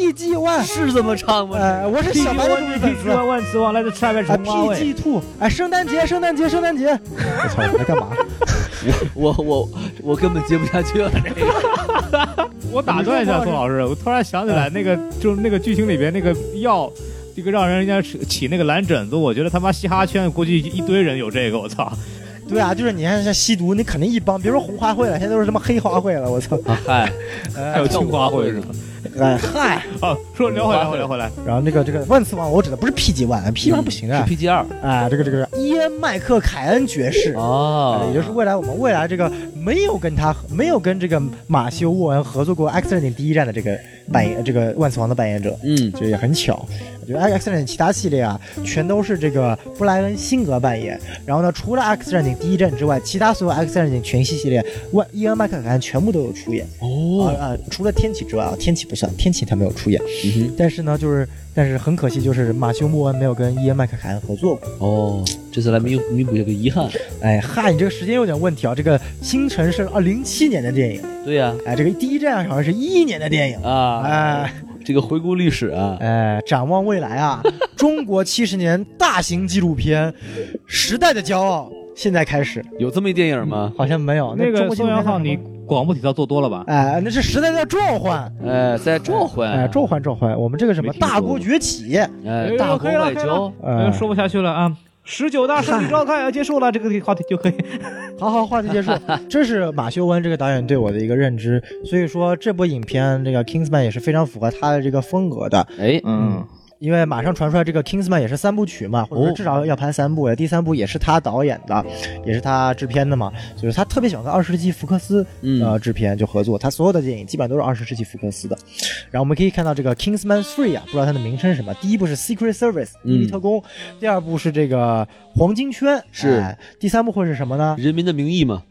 Speaker 1: PG1
Speaker 3: 是这么唱吗？
Speaker 1: 我是小白的忠实粉丝。
Speaker 2: 万磁王来自 Travis 红花会。
Speaker 1: PG2 圣诞节，我操，你在干嘛？
Speaker 3: 我根本接不下去了。这个，
Speaker 2: 我打断一下宋老师，我突然想起来就是那个剧情里边那个药。这个让人家起那个蓝疹子，我觉得他妈嘻哈圈估计一堆人有这个，我操！
Speaker 1: 对啊，就是你看像吸毒，你肯定一帮，别说红花会了，现在都是什么黑花会了，我操！
Speaker 3: 嗨，
Speaker 2: 还有青花会是吗？
Speaker 1: 嗨，
Speaker 2: 说聊回来。
Speaker 1: 然后这个万磁王，我指的不是 PG1 不行啊，
Speaker 3: 是 PG2
Speaker 1: 啊，这个伊恩麦克凯恩爵士也就是我们未来这个没有跟这个马修沃恩合作过 X 战警第一战的这个这个万磁王的扮演者，就也很巧。我觉得 X 战警其他系列啊，全都是这个布莱恩辛格扮演。然后呢，除了 X 战警第一战之外，其他所有 X 战警全系列，伊恩麦克凯恩全部都有出演。除了天启之外啊，天启不算，天启他没有出演。但是呢，但是很可惜，就是马修莫恩没有跟伊恩麦克凯恩合作过。
Speaker 3: 这次来弥补这个遗憾。
Speaker 1: 你这个时间有点问题啊。这个星辰是2007年的电影。
Speaker 3: 对呀。
Speaker 1: 这个第一站好像是2011年的电影
Speaker 3: 啊。这个回顾历史啊，
Speaker 1: 展望未来啊，中国70年大型纪录片《时代的骄傲》现在开始。
Speaker 3: 有这么一电影吗？
Speaker 1: 好像没有。
Speaker 2: 那个宋元浩，你广播体操做多了吧？
Speaker 1: 那是《时代的召唤》。
Speaker 3: 在召唤。
Speaker 1: 召唤。我们这个什么大国崛起？
Speaker 3: 大国外交。
Speaker 2: 说不下去了啊。19大胜利召开要结束了，这个话题就可以。
Speaker 1: 好，话题结束。这是马修恩这个导演对我的一个认知，所以说这部影片这个 Kingsman 也是非常符合他的这个风格的。因为马上传出来这个 Kingsman 也是3部曲嘛，或者说至少要拍3部，第3部也是他导演的，也是他制片的嘛，所以他特别喜欢跟20世纪福克斯制片就合作，他所有的电影基本上都是20世纪福克斯的。然后我们可以看到这个 Kingsman 3啊，不知道它的名称是什么，第1部是 Secret Service 秘密特工，第2部是这个黄金圈，
Speaker 3: 是
Speaker 1: 第3部会是什么呢？
Speaker 3: 人民的名义嘛。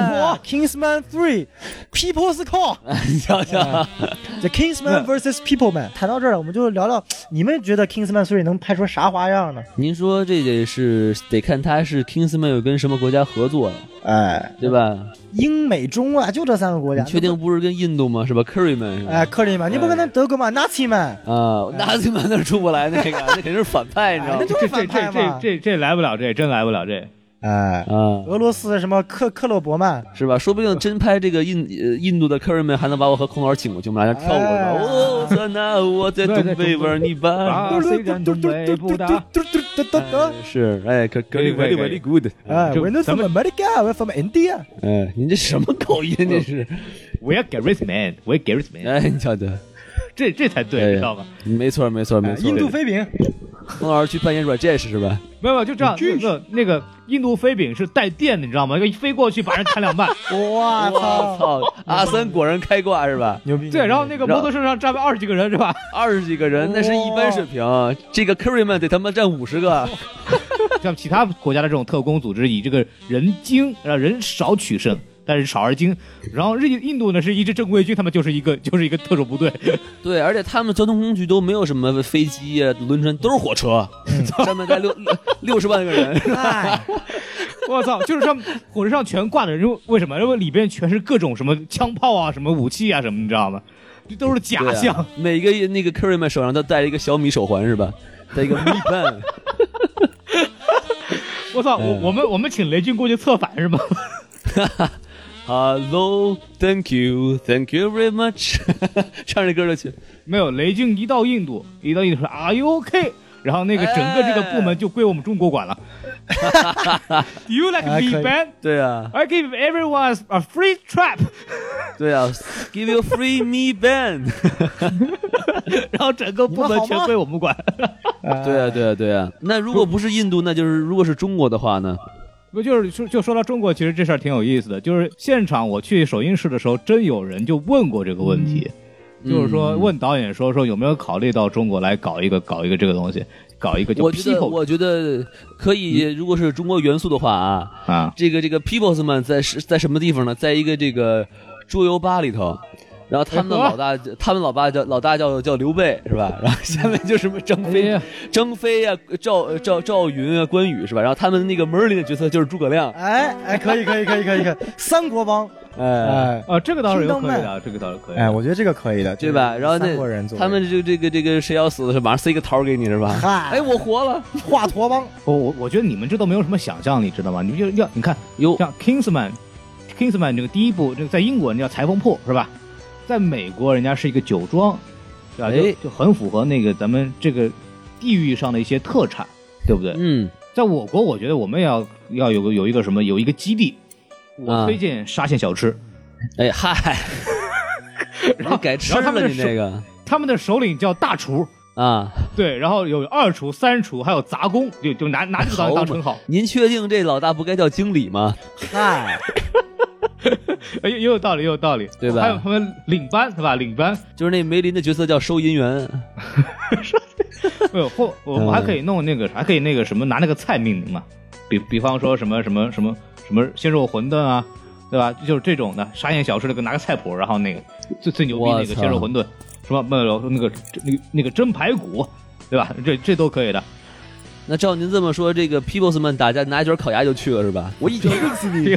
Speaker 1: Kingsman 3 People's Call
Speaker 3: 你瞧瞧
Speaker 1: The Kingsman vs People Man。 谈到这儿我们就聊聊你们觉得 Kingsman 3能拍出啥花样呢？
Speaker 3: 您说这得是得看他是 Kingsman 有跟什么国家合作对吧？
Speaker 1: 英美中啊，就这3个国家。
Speaker 3: 你确定不是跟印度吗？是吧 Curryman 是吧
Speaker 1: Curryman 你不跟他德国吗 Naziman
Speaker 3: Naziman 那出不来那个那肯定是反派你知道吗？
Speaker 2: 这来不了，这真来不了这。
Speaker 1: 俄罗斯的什么克洛伯曼
Speaker 3: 是吧？说不定真拍这个印度的 Curryman 还能把我和孔老师请过去，我们俩跳舞是吧？那我在东北玩泥巴，
Speaker 2: 虽然东北不大。
Speaker 3: 是very good。
Speaker 1: We're not from America, we're from India。
Speaker 3: 您这什么口音这是
Speaker 2: ？We're Gareth Man，We're Gareth Man。
Speaker 3: 你瞧瞧，
Speaker 2: 这才对，知道吗？
Speaker 3: 没错。
Speaker 1: 印度飞饼。
Speaker 3: 孔老师去扮演软 Jazz 是吧？
Speaker 2: 没有，就这样。那个印度飞饼是带电的，你知道吗？一飞过去把人砍2半。
Speaker 1: 哇操！
Speaker 3: 阿三果然开挂是吧？
Speaker 1: 牛逼！
Speaker 2: 对，然后那个摩托车上站了20几个人是吧
Speaker 3: ？20几个人那是一般水平，这个 Curryman 得他妈站50个。
Speaker 2: 像其他国家的这种特工组织，以这个人精人少取胜。但是少而精，然后印度呢是一支正规军，他们就是一个特种部队。
Speaker 3: 对，而且他们交通工具都没有什么飞机啊、轮船，都是火车，上面带60万个人。
Speaker 2: 我操，就是上火车上全挂的人，为什么？因为里边全是各种什么枪炮啊、什么武器啊什么，你知道吗？这都是假象。
Speaker 3: 每个那个 Curryman 手上都戴了一个小米手环是吧？戴一个米band
Speaker 2: 我操，我们请雷军过去策反是吗
Speaker 3: ？Hello, thank you very much 唱这歌就去。
Speaker 2: 没有，雷军一到印度说 Are you okay？ 然后那个整个这个部门就归我们中国管了。Do you like me band？
Speaker 3: 对啊
Speaker 2: I give everyone a free trap。
Speaker 3: 对啊 Give you free me band。
Speaker 2: 然后整个部门全归我们管。
Speaker 3: 对啊。那如果不是印度，那就是如果是中国的话呢？
Speaker 2: 就说到中国，其实这事儿挺有意思的。就是现场我去首映式的时候，真有人就问过这个问题，就是说问导演说有没有考虑到中国来搞一个这个东西，搞一个就 people。
Speaker 3: 我觉得可以，如果是中国元素的话这个 Peoples 们在什么地方呢？在一个这个桌游吧里头。然后他们的老大叫刘备是吧？然后下面就什么张飞啊、赵云啊、关羽是吧？然后他们那个门里的角色就是诸葛亮。
Speaker 1: 可以，三国帮
Speaker 2: 这个倒是有可以的，这个倒是可以。
Speaker 1: 哎，我觉得这个可以的，
Speaker 3: 对吧？然后那他们这个谁要死的时候，马上塞一个桃给你是吧？哎，我活了，
Speaker 1: 华佗帮。
Speaker 2: 我觉得你们这都没有什么想象力，知道吗？你们就你看，像 Kingsman 这个第一部，这个在英国人叫裁缝铺是吧？在美国人家是一个酒庄，对吧？就很符合那个咱们这个地域上的一些特产，对不对？在我国，我觉得我们要有一个什么，有一个基地，我推荐沙县小吃。
Speaker 3: 哎嗨，然后改吃了你那个，
Speaker 2: 他们的首领叫大厨
Speaker 3: 啊，
Speaker 2: 对，然后有二厨、三厨，还有杂工，就拿这个当称号。
Speaker 3: 您确定这老大不该叫经理吗？
Speaker 1: 嗨。
Speaker 2: 也有道理，也有道理，
Speaker 3: 对吧？
Speaker 2: 还有他们领班是吧？领班
Speaker 3: 就是那梅林的角色叫收银员。
Speaker 2: 我还可以弄那个，还可以那个什么，拿那个菜命名嘛。比方说什么鲜肉馄饨啊，对吧？就是这种的沙县小吃，拿个菜谱，然后那个最牛逼那个鲜肉馄饨，什么那个蒸排骨，对吧？这都可以的。
Speaker 3: 那照您这么说，这个 Peoples 们打架拿一卷烤鸭就去了是吧？我一脚扔死你！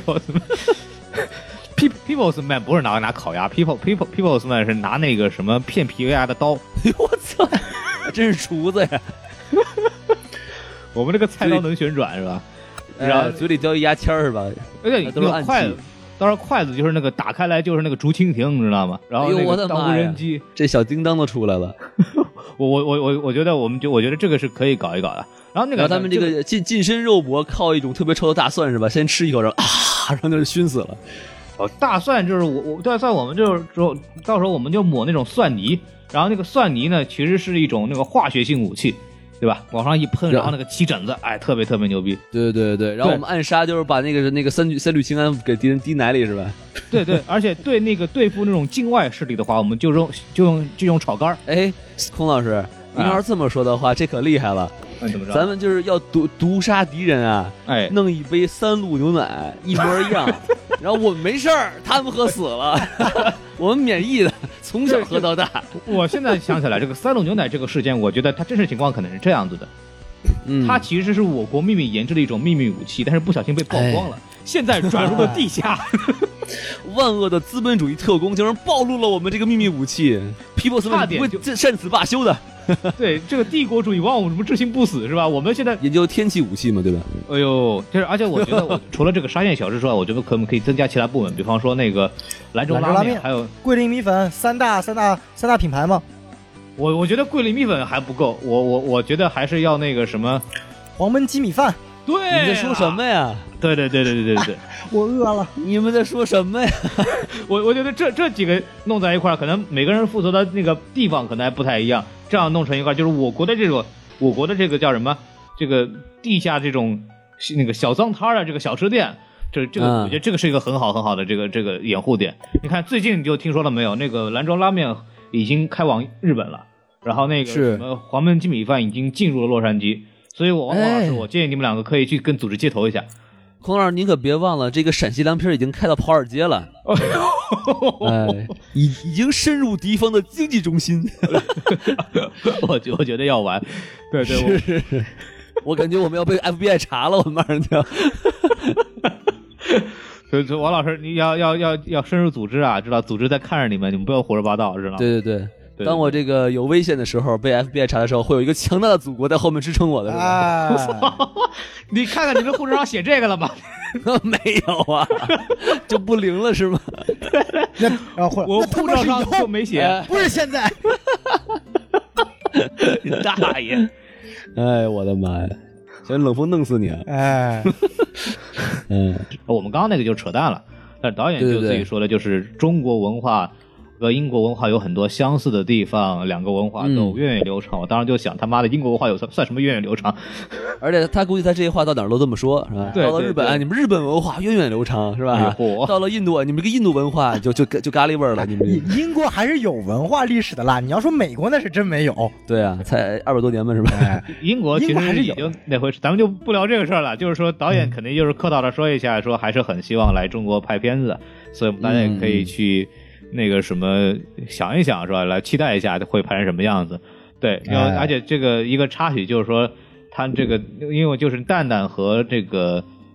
Speaker 2: Peoples Man 不是拿烤鸭 ，Peoples Man 是拿那个什么片皮鸭的刀。
Speaker 3: 我操，真是厨子呀！
Speaker 2: 我们这个菜刀能旋转是吧？然后
Speaker 3: 嘴里叼一牙签是吧？
Speaker 2: 而且
Speaker 3: 都是
Speaker 2: 筷子，当然筷子就是那个打开来就是那个竹蜻蜓，你知道吗？然后那个当无人机，
Speaker 3: 这小叮当都出来了。
Speaker 2: 我觉得我觉得这个是可以搞一搞的。然后
Speaker 3: 他们这个近身肉搏靠一种特别臭的大蒜是吧？先吃一口，然后就熏死了。
Speaker 2: 大蒜就是大蒜，我们就是说到时候我们就抹那种蒜泥，然后那个蒜泥呢其实是一种那个化学性武器，对吧？往上一喷，然后那个起疹子，哎，特别特别牛逼。
Speaker 3: 对，然后我们暗杀就是把那个三氯氰胺给敌人滴奶里是吧？
Speaker 2: 对，而且对付那种境外势力的话，我们就用炒肝。
Speaker 3: 哎，孔老师，您要是这么说的话，这可厉害了。
Speaker 2: 怎么着？
Speaker 3: 咱们就是要毒杀敌人啊！
Speaker 2: 哎，
Speaker 3: 弄一杯3鹿牛奶一模一样，然后我们没事儿，他们喝死了，我们免疫的，从小喝到大。
Speaker 2: 我现在想起来，这个3鹿牛奶这个事件，我觉得它真实情况可能是这样子的。它其实是我国秘密研制的一种秘密武器，但是不小心被曝光了，现在转入了地下。
Speaker 3: 万恶的资本主义特工竟然暴露了我们这个秘密武器 ，Peoples 们不会善此罢休的。
Speaker 2: 对，这个帝国主义往往什么至心不死是吧？我们现在
Speaker 3: 研究天气武器嘛，对吧？
Speaker 2: 哎呦，就是而且我觉得除了这个沙县小吃之外，我觉得可以增加其他部门，比方说那个兰州拉面，还有
Speaker 1: 桂林米粉，三大品牌嘛。
Speaker 2: 我觉得桂林米粉还不够，我觉得还是要那个什么
Speaker 1: 黄焖鸡米饭。
Speaker 2: 对，
Speaker 3: 你在说什么呀？
Speaker 2: 对，
Speaker 1: 我饿了。
Speaker 3: 你们在说什么呀？
Speaker 2: 我觉得这几个弄在一块儿，可能每个人负责的那个地方可能还不太一样，这样弄成一块，就是我国的这个叫什么？这个地下这种那个小脏摊的这个小吃店，这个我觉得这个是一个很好的这个掩护点。你看最近你就听说了没有？那个兰州拉面已经开往日本了，然后那个什么黄焖鸡米饭已经进入了洛杉矶。所以王老师，我建议你们两个可以去跟组织接头一下。
Speaker 3: 孔老师，您可别忘了，这个陕西凉皮已经开到跑尔街了，已经深入敌方的经济中心。
Speaker 2: 我觉得要完，对，
Speaker 3: 是，我感觉我们要被 FBI 查了，我马上就。
Speaker 2: 所以王老师，你要深入组织啊，知道组织在看着你们不要胡说八道，知道吗？
Speaker 3: 对。当我这个有危险的时候，被 FBI 查的时候，会有一个强大的祖国在后面支撑我的，是吧？
Speaker 2: 你看看你们护照上写这个了吗？
Speaker 3: 没有啊，就不灵了是吗？
Speaker 2: 我护照上就没写，
Speaker 1: 不是现在。
Speaker 3: 你大爷！哎，我的妈呀！想冷风弄死你啊！
Speaker 1: 哎，
Speaker 2: 我们刚刚那个就扯淡了，但是导演就自己说的就是中国文化和英国文化有很多相似的地方，两个文化都源远流长。我当时就想，他妈的英国文化算什么源远流长？
Speaker 3: 而且他估计他这些话到哪儿都这么说，是吧？
Speaker 2: 对，
Speaker 3: 到了日本，你们日本文化源远流长，是吧？到了印度，你们这个印度文化就咖喱味儿了。你们
Speaker 1: 英国还是有文化历史的啦。你要说美国那是真没有。
Speaker 3: 对啊，才200多年嘛，是吧？
Speaker 2: 英国其实还是已经那回事，咱们就不聊这个事儿了。就是说，导演肯定就是客套的说一下，说还是很希望来中国拍片子，所以大家也可以去。那个什么想一想是吧？来期待一下会拍成什么样子。对，而且这个一个插曲就是说，他这个因为就是蛋蛋和这个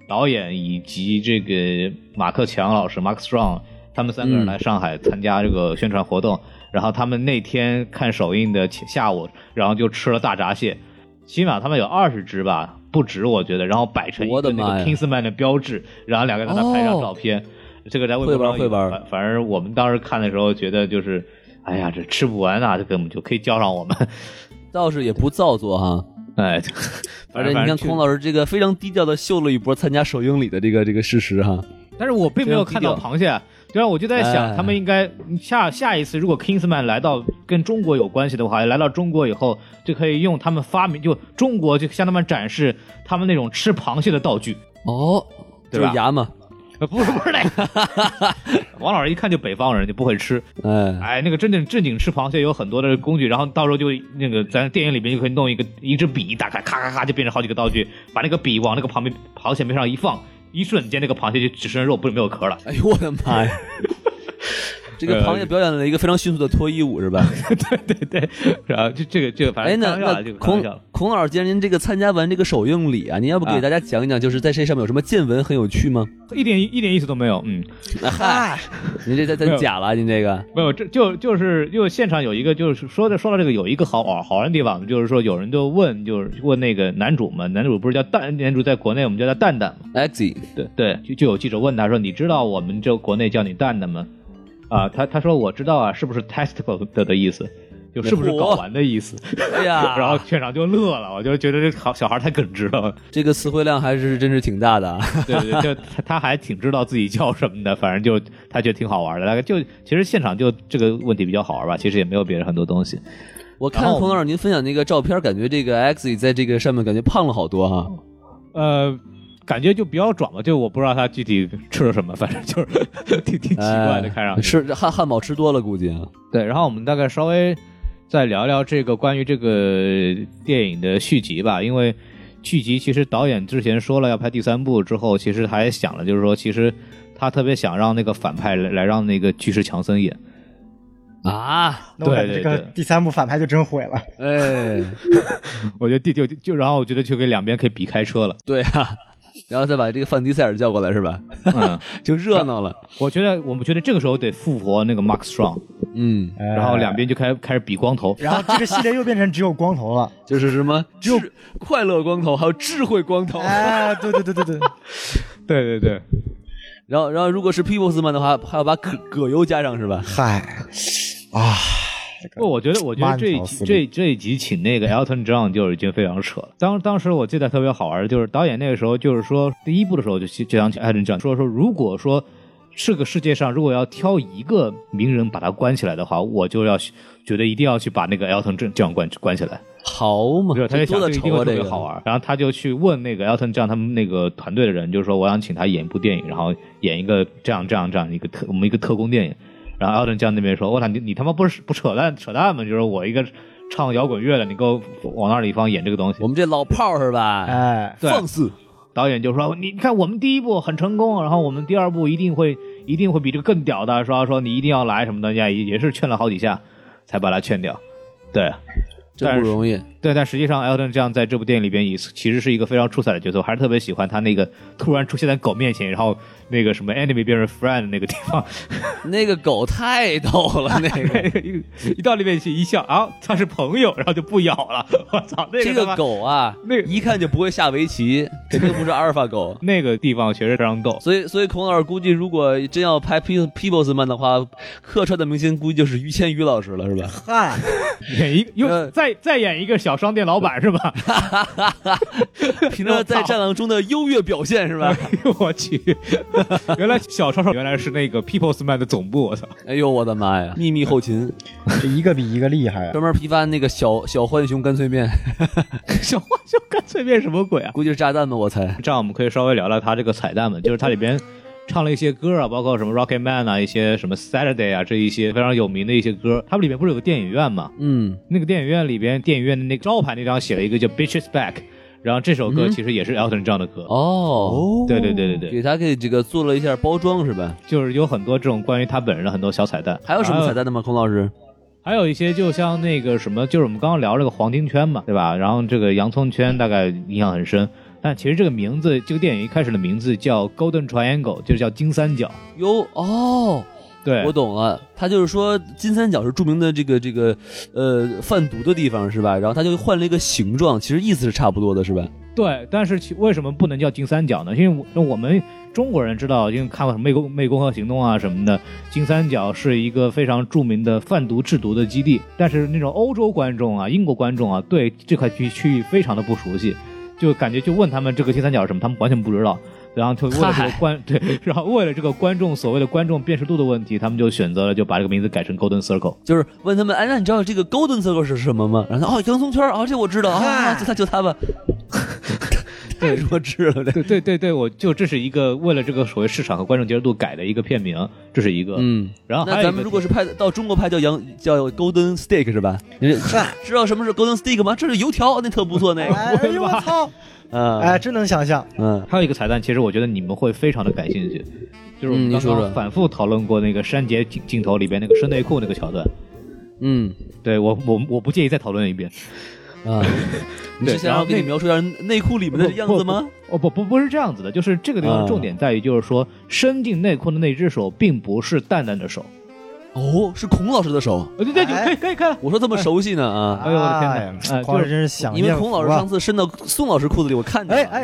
Speaker 2: 导演以及这个马克强老师 Mark Strong 他们3个人来上海参加这个宣传活动，然后他们那天看首映的下午，然后就吃了大闸蟹，起码他们有20只吧，不止我觉得，然后摆成一个那个 Kingsman 的标志，然后2个人在那拍张照片，这个在微博上
Speaker 3: 会玩，
Speaker 2: 反正我们当时看的时候觉得就是，哎呀，这吃不完啊，这根本就可以叫上我们，
Speaker 3: 倒是也不造作哈。
Speaker 2: 哎，
Speaker 3: 反正你看孔老师这个非常低调的秀了一波参加首映礼的这个事实哈。
Speaker 2: 但是我并没有看到螃蟹，对吧？我就在想，他们应该下一次如果 Kingsman 来到跟中国有关系的话，来到中国以后就可以用他们发明，就中国就向他们展示他们那种吃螃蟹的道具。
Speaker 3: 哦，
Speaker 2: 对吧？
Speaker 3: 就是牙嘛。
Speaker 2: 不是那个，王老师一看就北方人，就不会吃。哎，那个正经吃螃蟹有很多的工具，然后到时候就那个咱电影里边就可以弄一支笔，打开咔咔咔就变成好几个道具，把那个笔往那个旁边螃蟹边上一放，一瞬间那个螃蟹就只剩肉，不是没有壳了。
Speaker 3: 哎呦我的妈呀！这个螃蟹表演了一个非常迅速的脱衣舞，是吧？
Speaker 2: 对，然后这个反正
Speaker 3: 那孔老师，既然您这个参加完这个首映礼啊，您要不给大家讲一讲，就是在这上面有什么见闻很有趣吗？
Speaker 2: 一点意思都没有。
Speaker 3: 嗨，您这在假了，您这个
Speaker 2: 没有，就是现场有一个，就是说到这个有一个好玩的地方，就是说有人就问那个男主嘛，男主不是叫男主在国内我们叫他蛋蛋嘛
Speaker 3: ，X，
Speaker 2: 对，就有记者问他说，你知道我们这国内叫你蛋蛋吗？啊，他说我知道啊，是不是 testicle 的意思，就是不是睾丸的意思？哎呀，然后全场就乐了，我就觉得这小孩太耿直了，
Speaker 3: 这个词汇量还是真是挺大的啊。
Speaker 2: 对，就他还挺知道自己叫什么的，反正就他觉得挺好玩的。大概就其实现场就这个问题比较好玩吧，其实也没有别的很多东西。
Speaker 3: 我看孔老师您分享那个照片，感觉这个 X 在这个上面感觉胖了好多哈。
Speaker 2: 感觉就比较壮吧，就我不知道他具体吃了什么，反正就是挺奇怪的，看上去
Speaker 3: 吃汉堡吃多了估计。
Speaker 2: 对，然后我们大概稍微再聊聊这个关于这个电影的续集吧，因为续集其实导演之前说了要拍第3部之后，其实他也想了，就是说其实他特别想让那个反派来让那个巨石强森演。
Speaker 3: 啊，
Speaker 1: 那我感觉这个第3部反派就真毁了。
Speaker 3: 哎，
Speaker 2: 我觉得然后我觉得就给两边可以比开车了。
Speaker 3: 对啊。然后再把这个范迪塞尔叫过来是吧？就热闹了。
Speaker 2: 我们觉得这个时候得复活那个 Mark Strong， 然后两边就开始比光头，
Speaker 1: 然后这个系列又变成只有光头了，
Speaker 3: 就是什么只有快乐光头，还有智慧光头。
Speaker 1: 哎，对。
Speaker 2: 对。
Speaker 3: 然后如果是 Peoplesman 的话，还要把葛优加上是吧？
Speaker 1: 嗨，啊。
Speaker 2: 我觉得这一集请那个 Elton John 就已经非常扯了。当时我记得特别好玩的就是导演那个时候就是说第1部的时候就想请 Elton John 说如果说这个世界上如果要挑一个名人把他关起来的话，我就要觉得一定要去把那个 Elton John 关起来。
Speaker 3: 好嘛，
Speaker 2: 他就想这个一定会特别好玩，然后他就去问那个 Elton John 他们那个团队的人，就是说我想请他演一部电影，然后演一个这样一个我们一个特工电影。然后 Elton John 那边说：“我操，你他妈不扯淡吗？就是我一个唱摇滚乐的，你给我往那里放演这个东西。
Speaker 3: 我们这老炮是吧？
Speaker 2: 哎，
Speaker 3: 放肆！
Speaker 2: 导演就说：你看我们第1部很成功，然后我们第2部一定会比这个更屌的，说你一定要来什么的，也是劝了好几下才把他劝掉。对，
Speaker 3: 这不容易。
Speaker 2: 对，但实际上 Elton John 在这部电影里边其实是一个非常出彩的角色，我还是特别喜欢他那个突然出现在狗面前，然后那个什么 enemy 变成 friend 那个地方，
Speaker 3: 那个狗太逗了，那个
Speaker 2: 一到里面去一笑啊，他是朋友，然后就不咬了。我操，
Speaker 3: 这个狗啊，那个一看就不会下围棋，肯定不是阿尔法狗。
Speaker 2: 那个地方确实非常逗。
Speaker 3: 所以孔老师估计，如果真要拍 Peoplesman 的话，客串的明星估计就是于谦于老师了，是吧？
Speaker 1: 嗨，
Speaker 2: 再演一个小商店老板是吧？
Speaker 3: 凭着在战狼中的优越表现是吧？
Speaker 2: 我去，原来小超原来是那个 Peoplesman 的总部，我操！
Speaker 3: 哎呦我的妈呀，秘密后勤，
Speaker 1: 这一个比一个厉害啊！
Speaker 3: 专门批发那个小浣熊干脆面，
Speaker 2: 小浣熊干脆面什么鬼啊？
Speaker 3: 估计是炸弹吧，我猜。
Speaker 2: 这样我们可以稍微聊聊他这个彩蛋嘛，就是它里边唱了一些歌啊，包括什么 Rocket Man 啊，一些什么 Saturday 啊，这一些非常有名的一些歌。它里面不是有个电影院嘛？那个电影院里边，电影院的那个招牌那张写了一个叫 Bitches Back。然后这首歌其实也是 Elton John 的歌
Speaker 3: 哦，
Speaker 2: 对，
Speaker 3: 给他这个做了一下包装是吧？
Speaker 2: 就是有很多这种关于他本人的很多小彩蛋。
Speaker 3: 还有什么彩蛋的吗，孔老师？
Speaker 2: 还有一些就像那个什么，就是我们刚刚聊这个黄金圈嘛，对吧？然后这个洋葱圈大概印象很深。 但其实这个名字，这个电影一开始的名字叫 Golden Triangle， 就是叫金三角。
Speaker 3: 哟哦。对，我懂了，他就是说金三角是著名的这个贩毒的地方是吧？然后他就换了一个形状，其实意思是差不多的是吧？
Speaker 2: 对，但是为什么不能叫金三角呢？因为我们中国人知道，因为看过什么湄公河行动啊什么的，金三角是一个非常著名的贩毒制毒的基地。但是那种欧洲观众啊、英国观众啊，对这块区域非常的不熟悉，就感觉就问他们这个金三角是什么，他们完全不知道。然后就为了这个然后为了这个观众所谓的观众辨识度的问题，他们就选择了就把这个名字改成 Golden Circle，
Speaker 3: 就是问他们，哎，那你知道这个 Golden Circle 是什么吗？然后洋葱圈这我知道啊，就他吧。太弱智了，
Speaker 2: 对，我就这是一个为了这个所谓市场和观众接受度改的一个片名，这是一个。然后
Speaker 3: 那咱们如果是拍到中国拍叫 Golden Steak 是吧？知道什么是 Golden Steak 吗？这是油条，那特不错那个。
Speaker 1: 哎呦我操！真能想象。
Speaker 2: 还有一个彩蛋，其实我觉得你们会非常的感兴趣，就是我们刚刚反复讨论过那个删节镜头里边那个深内裤那个桥段。对我不介意再讨论一遍。
Speaker 3: 你是想要给你描述一下内裤里面的样子吗？
Speaker 2: 不是这样子的，就是这个地方重点在于，就是说伸进内裤的那只手并不是蛋蛋的手。
Speaker 3: 哦，是孔老师的手。
Speaker 2: 对，可以看。
Speaker 3: 我说这么熟悉呢啊！
Speaker 2: 哎呦我的天哪！
Speaker 1: 孔老师真是想念，
Speaker 3: 因为孔老师上次伸到宋老师裤子里，我看见了。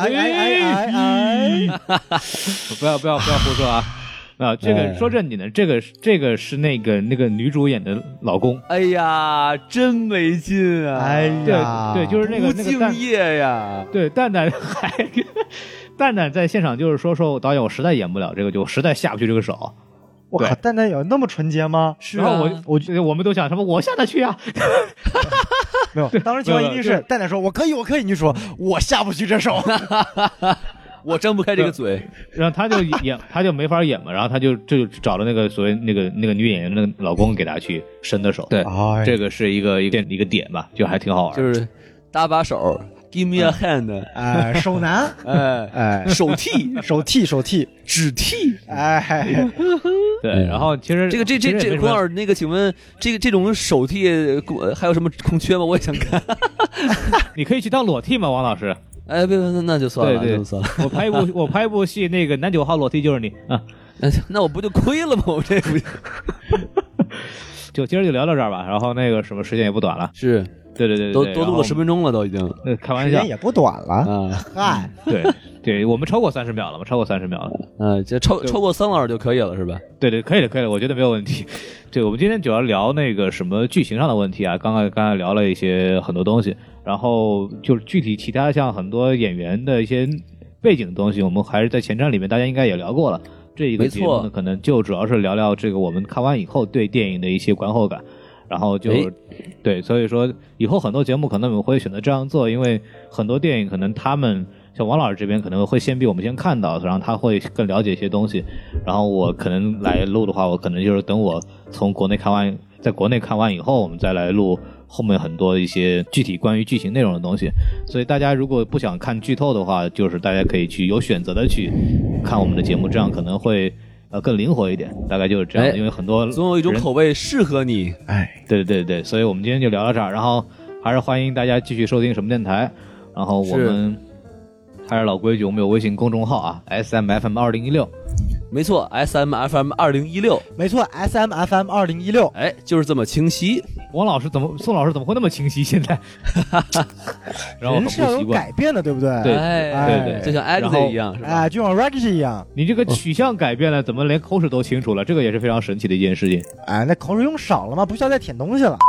Speaker 2: 不要胡说啊！这个说正经的，这个是那个女主演的老公。
Speaker 3: 哎呀，真没劲啊！
Speaker 1: 哎呀，
Speaker 2: 对，就是那个
Speaker 3: 不敬业呀。
Speaker 2: 对，蛋蛋在现场就是说导演，我实在演不了这个，就实在下不去这个手。
Speaker 1: 我靠，蛋蛋有那么纯洁吗？
Speaker 2: 是啊，我们都想什么？我下得去啊！
Speaker 1: 没有，当时情况一定是蛋蛋说：“我可以。”你说：“我下不去这手。”
Speaker 3: 我睁不开这个嘴，
Speaker 2: 然后他就演，他就没法演嘛，然后他就找了那个所谓那个女演员的老公给他去伸的手。对，这个是一个点吧，就还挺好玩，
Speaker 3: 就是搭把手。Give me a hand，
Speaker 1: 手男，
Speaker 3: 手替，
Speaker 1: 指替，
Speaker 2: 对。然后其实
Speaker 3: 这孔老师那个，请问这种手替还有什么空缺吗？我也想看。
Speaker 2: 你可以去当裸替吗，王老师？
Speaker 3: 哎，别，那就算了，
Speaker 2: 对，
Speaker 3: 就算了。
Speaker 2: 我拍一部戏，那个男9号裸替就是你啊，
Speaker 3: 那我不就亏了吗？我这不
Speaker 2: 就今儿就聊到这儿吧。然后那个什么时间也不短了，
Speaker 3: 是。
Speaker 2: 对，
Speaker 3: 都录了10分钟了，都已经。
Speaker 2: 开玩笑，
Speaker 1: 时间也不短了
Speaker 3: 啊！
Speaker 1: 嗨，
Speaker 2: 对，我们超过30秒了嘛，超过30秒了。
Speaker 3: 这超过桑老师就可以了，是吧？
Speaker 2: 对，可以了，我觉得没有问题。对，我们今天主要聊那个什么剧情上的问题啊，刚才聊了一些很多东西，然后就是具体其他像很多演员的一些背景的东西，我们还是在前瞻里面大家应该也聊过了。这一个节目呢，可能就主要是聊聊这个我们看完以后对电影的一些观后感。然后就对，所以说以后很多节目可能我们会选择这样做，因为很多电影可能他们像王老师这边可能会先比我们先看到，然后他会更了解一些东西，然后我可能来录的话，我可能就是等我从国内看完，在国内看完以后，我们再来录后面很多一些具体关于剧情内容的东西。所以大家如果不想看剧透的话，就是大家可以去有选择的去看我们的节目，这样可能会更灵活一点，大概就是这样。因为很多
Speaker 3: 总有一种口味适合你。
Speaker 2: 对，所以我们今天就聊到这儿，然后还是欢迎大家继续收听什么电台，然后我们还是老规矩，我们有微信公众号啊 ，SMFM2016。
Speaker 3: 没错 ，SMFM2016。
Speaker 1: 没错 ，SMFM2016。
Speaker 3: 哎，就是这么清晰。
Speaker 2: 宋老师怎么会那么清晰？现在，然后
Speaker 1: 人是要有改变的，对不对？
Speaker 2: 对，
Speaker 3: 就像 X 一样，是吧？
Speaker 1: 就像 Rex 一样。
Speaker 2: 你这个取向改变了，怎么连口齿都清楚了？这个也是非常神奇的一件事情。
Speaker 1: 那口水用少了吗？不需要再舔东西了。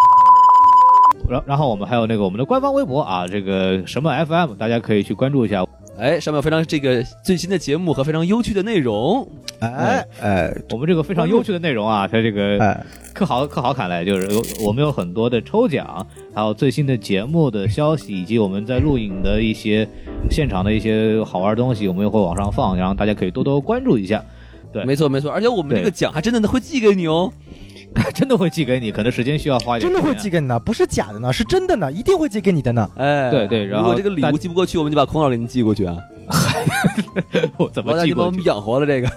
Speaker 2: 然后我们还有那个我们的官方微博啊，这个什么 FM， 大家可以去关注一下。
Speaker 3: 上面有非常这个最新的节目和非常有趣的内容。
Speaker 2: 我们这个非常有趣的内容啊，它这个可好看嘞，就是我们有很多的抽奖，还有最新的节目的消息，以及我们在录影的一些现场的一些好玩的东西，我们也会往上放，然后大家可以多多关注一下。对，
Speaker 3: 没错，而且我们这个奖还真的会寄给你哦。
Speaker 2: 真的会寄给你，可能时间需要花一点。
Speaker 1: 真的会寄给你呢，不是假的呢，是真的呢，一定会寄给你的呢。
Speaker 2: 对，然后
Speaker 3: 如果这个礼物寄不过去，我们就把孔老师给你寄过去啊。
Speaker 2: 我怎么寄过去？
Speaker 3: 把我们养活了这个。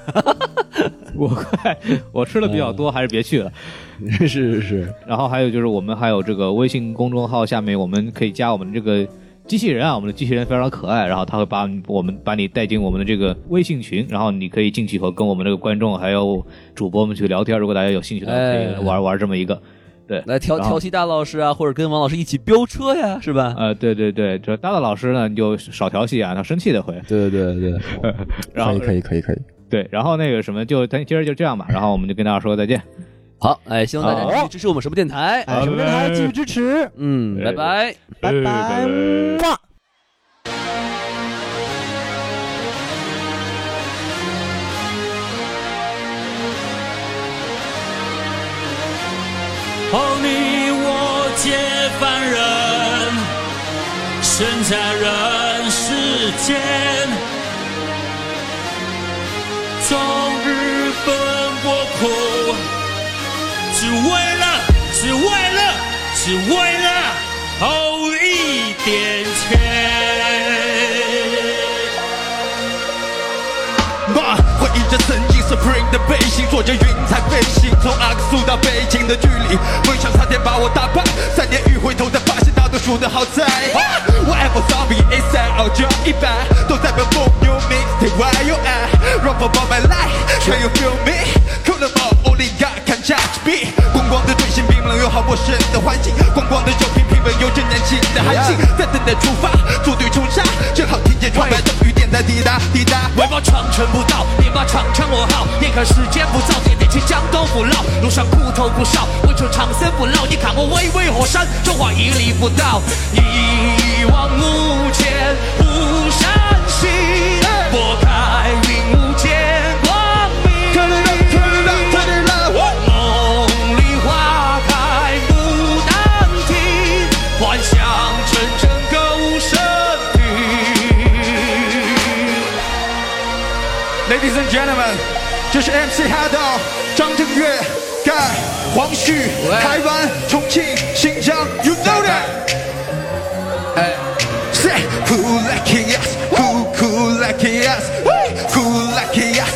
Speaker 2: 我吃的比较多，还是别去了。
Speaker 3: 是。
Speaker 2: 然后还有就是我们还有这个微信公众号下面，我们可以加我们这个机器人啊，我们的机器人非常可爱，然后他会把你带进我们的这个微信群，然后你可以进去以后跟我们这个观众还有主播们去聊天，如果大家有兴趣的话，可以玩这么一个。对，
Speaker 3: 来调戏大老师啊，或者跟王老师一起飙车呀，是吧？
Speaker 2: 对，这大老师呢，你就少调戏啊，他生气的会。
Speaker 3: 对，
Speaker 1: 然后可以。
Speaker 2: 对，然后那个什么，今儿就这样吧，然后我们就跟大家说再见。
Speaker 3: 好，希望大家继续支持我们什么电台，
Speaker 1: 什么电台继续支持。
Speaker 3: 拜拜，
Speaker 1: 拜拜。
Speaker 4: 你我皆凡人，身在人世间，终日奔波苦，只为了后一点钱。
Speaker 5: 回忆着曾经 Supreme 的背心，坐着云彩飞行，从阿克苏到北京的距离，梦想差点把我打败，3年一回头才发现大多数的好在。Whatever zombie inside or drop 100都在奔赴 New mixtape where you at Run for my life Can you feel me Cool them up only God can judge me 光光的对心冰冷又好陌生的环境，光光的酒瓶平稳有着年轻的寒气，淡淡的出发组队冲杀，正好听见窗外的雨点在滴答滴答。
Speaker 4: 为报长城不倒，别把长枪我好，眼看时间不早，点点青江东不老，路上苦头不少，为求长生不老，你看我巍巍火山，中华屹立不倒，一望无前无山西，拨开云雾见光明。梦里花开牡丹亭，幻想成真构神体。
Speaker 5: Ladies and gentlemen， 这是 MC 哈道、张震岳、盖、黄旭、台湾、重庆、新疆 ，You know that。Say who like us, who like us, who like us,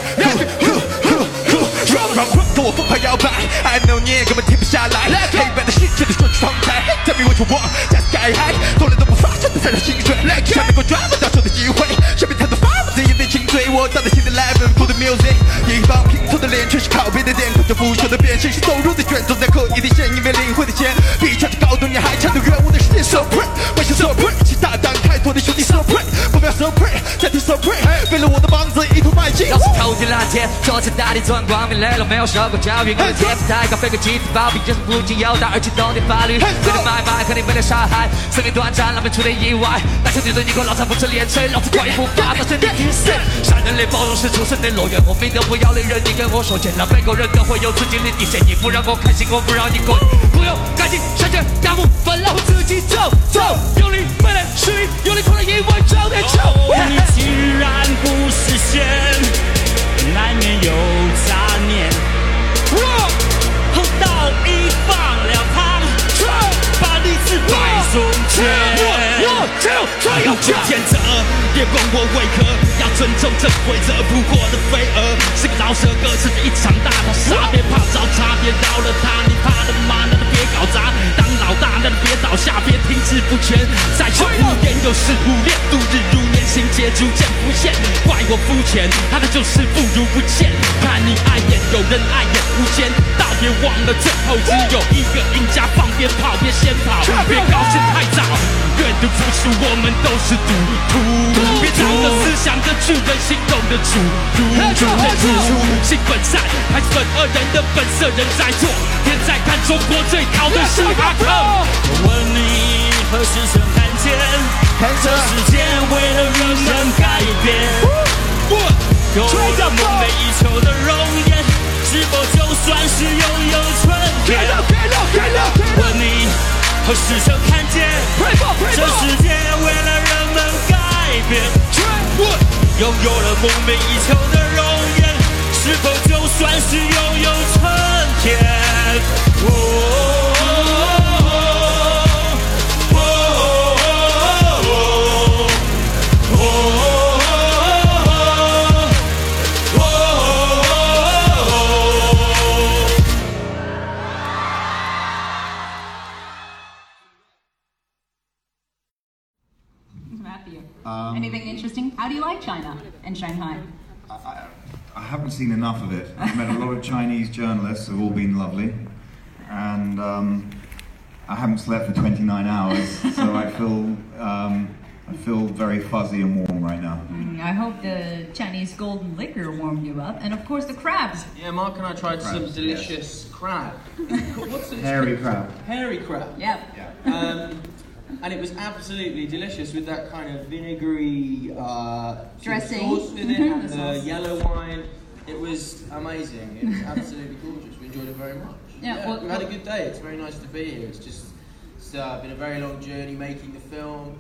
Speaker 5: run， 跟我疯狂摇摆 ，I know 你也根本停不下来。黑白的世界的说出窗台 ，Tell me what you want， 加斯盖海，做人都不发生的才是薪水，下面给我抓不到手的机会，身边太多发我的眼泪清脆，我找到新的 level for the music， 一帮拼凑的脸全是靠背的点，靠着腐朽的变身是走入的卷，走在刻意的线，因为领会的钱，比唱着高度你还唱得远，我的世界 so pretty， 外形 so pretty， 一起大胆开拓的兄弟 so pretty， 不要 so pretty， 暂停 so pretty， 为了我的帮子一同迈进。
Speaker 4: 老是头天蓝天，坐在大地钻光明磊落，没有受过教育，我的天赋太高，飞个集体暴毙，就是不仅要打，而且懂点法律。为了买卖，和你们的杀害，生命短暂，难免出点意外。那些对着你口，老残不知连吹，老子快一步发到身体提示。杀人类包容是出生的乐园，我命的不要令人，你跟我说见了，每个人都会有自己的底线，你不让我开心，我不让你滚。不用赶紧闪电大幕，本来我自己走，用力为了实力，用力狂了一万找点臭。你既然不实现，难免有杂念。后道一放了他，把理智摆中间。有天责，别问我为何要尊重这规则，不过的飞蛾是个饶舌歌，是一场大逃杀，别怕找茬，别饶了他，你怕的吗？那就别搞砸，当老大那就别倒下，别停滞不前，再有无言又是无恋，度日如年，情节逐渐浮现，怪我肤浅，他的就是不如不见，看你碍眼，有人碍眼无间，倒别忘了最后只有一个赢家，放鞭炮别先跑，别高兴太早，愿赌服输，我们都是赌徒，别藏着思想的巨人，心动的主性本善，还是本恶人的本色，人在做，天在看，中国最高的是哈克。我问你何时曾看见，这世界为了人们改变，有了梦寐以求的容颜，是否就算是拥有春天？问你何时曾看见，这世界为了人们改变，拥有了梦寐以求的容颜，是否就算是拥有春天？
Speaker 6: Anything interesting? How do you like China and Shanghai?
Speaker 7: I haven't seen enough of it. I've met a lot of Chinese journalists who've all been lovely, and I haven't slept for 29 hours, so I feel very fuzzy and warm right now.
Speaker 6: I hope the Chinese golden liquor warmed you up, and of course the crabs.
Speaker 8: Yeah, Mark and I tried some delicious crab.
Speaker 7: What's it? Hairy crab.
Speaker 8: Hairy crab.
Speaker 6: Yeah.
Speaker 8: And it was absolutely delicious with that kind of vinegary
Speaker 6: dressing
Speaker 8: sauce with it, and the yellow wine. It was amazing. It was absolutely gorgeous. We enjoyed it very much.
Speaker 6: Yeah,
Speaker 8: we had a good day. It's very nice to be here. It's been a very long journey making the film.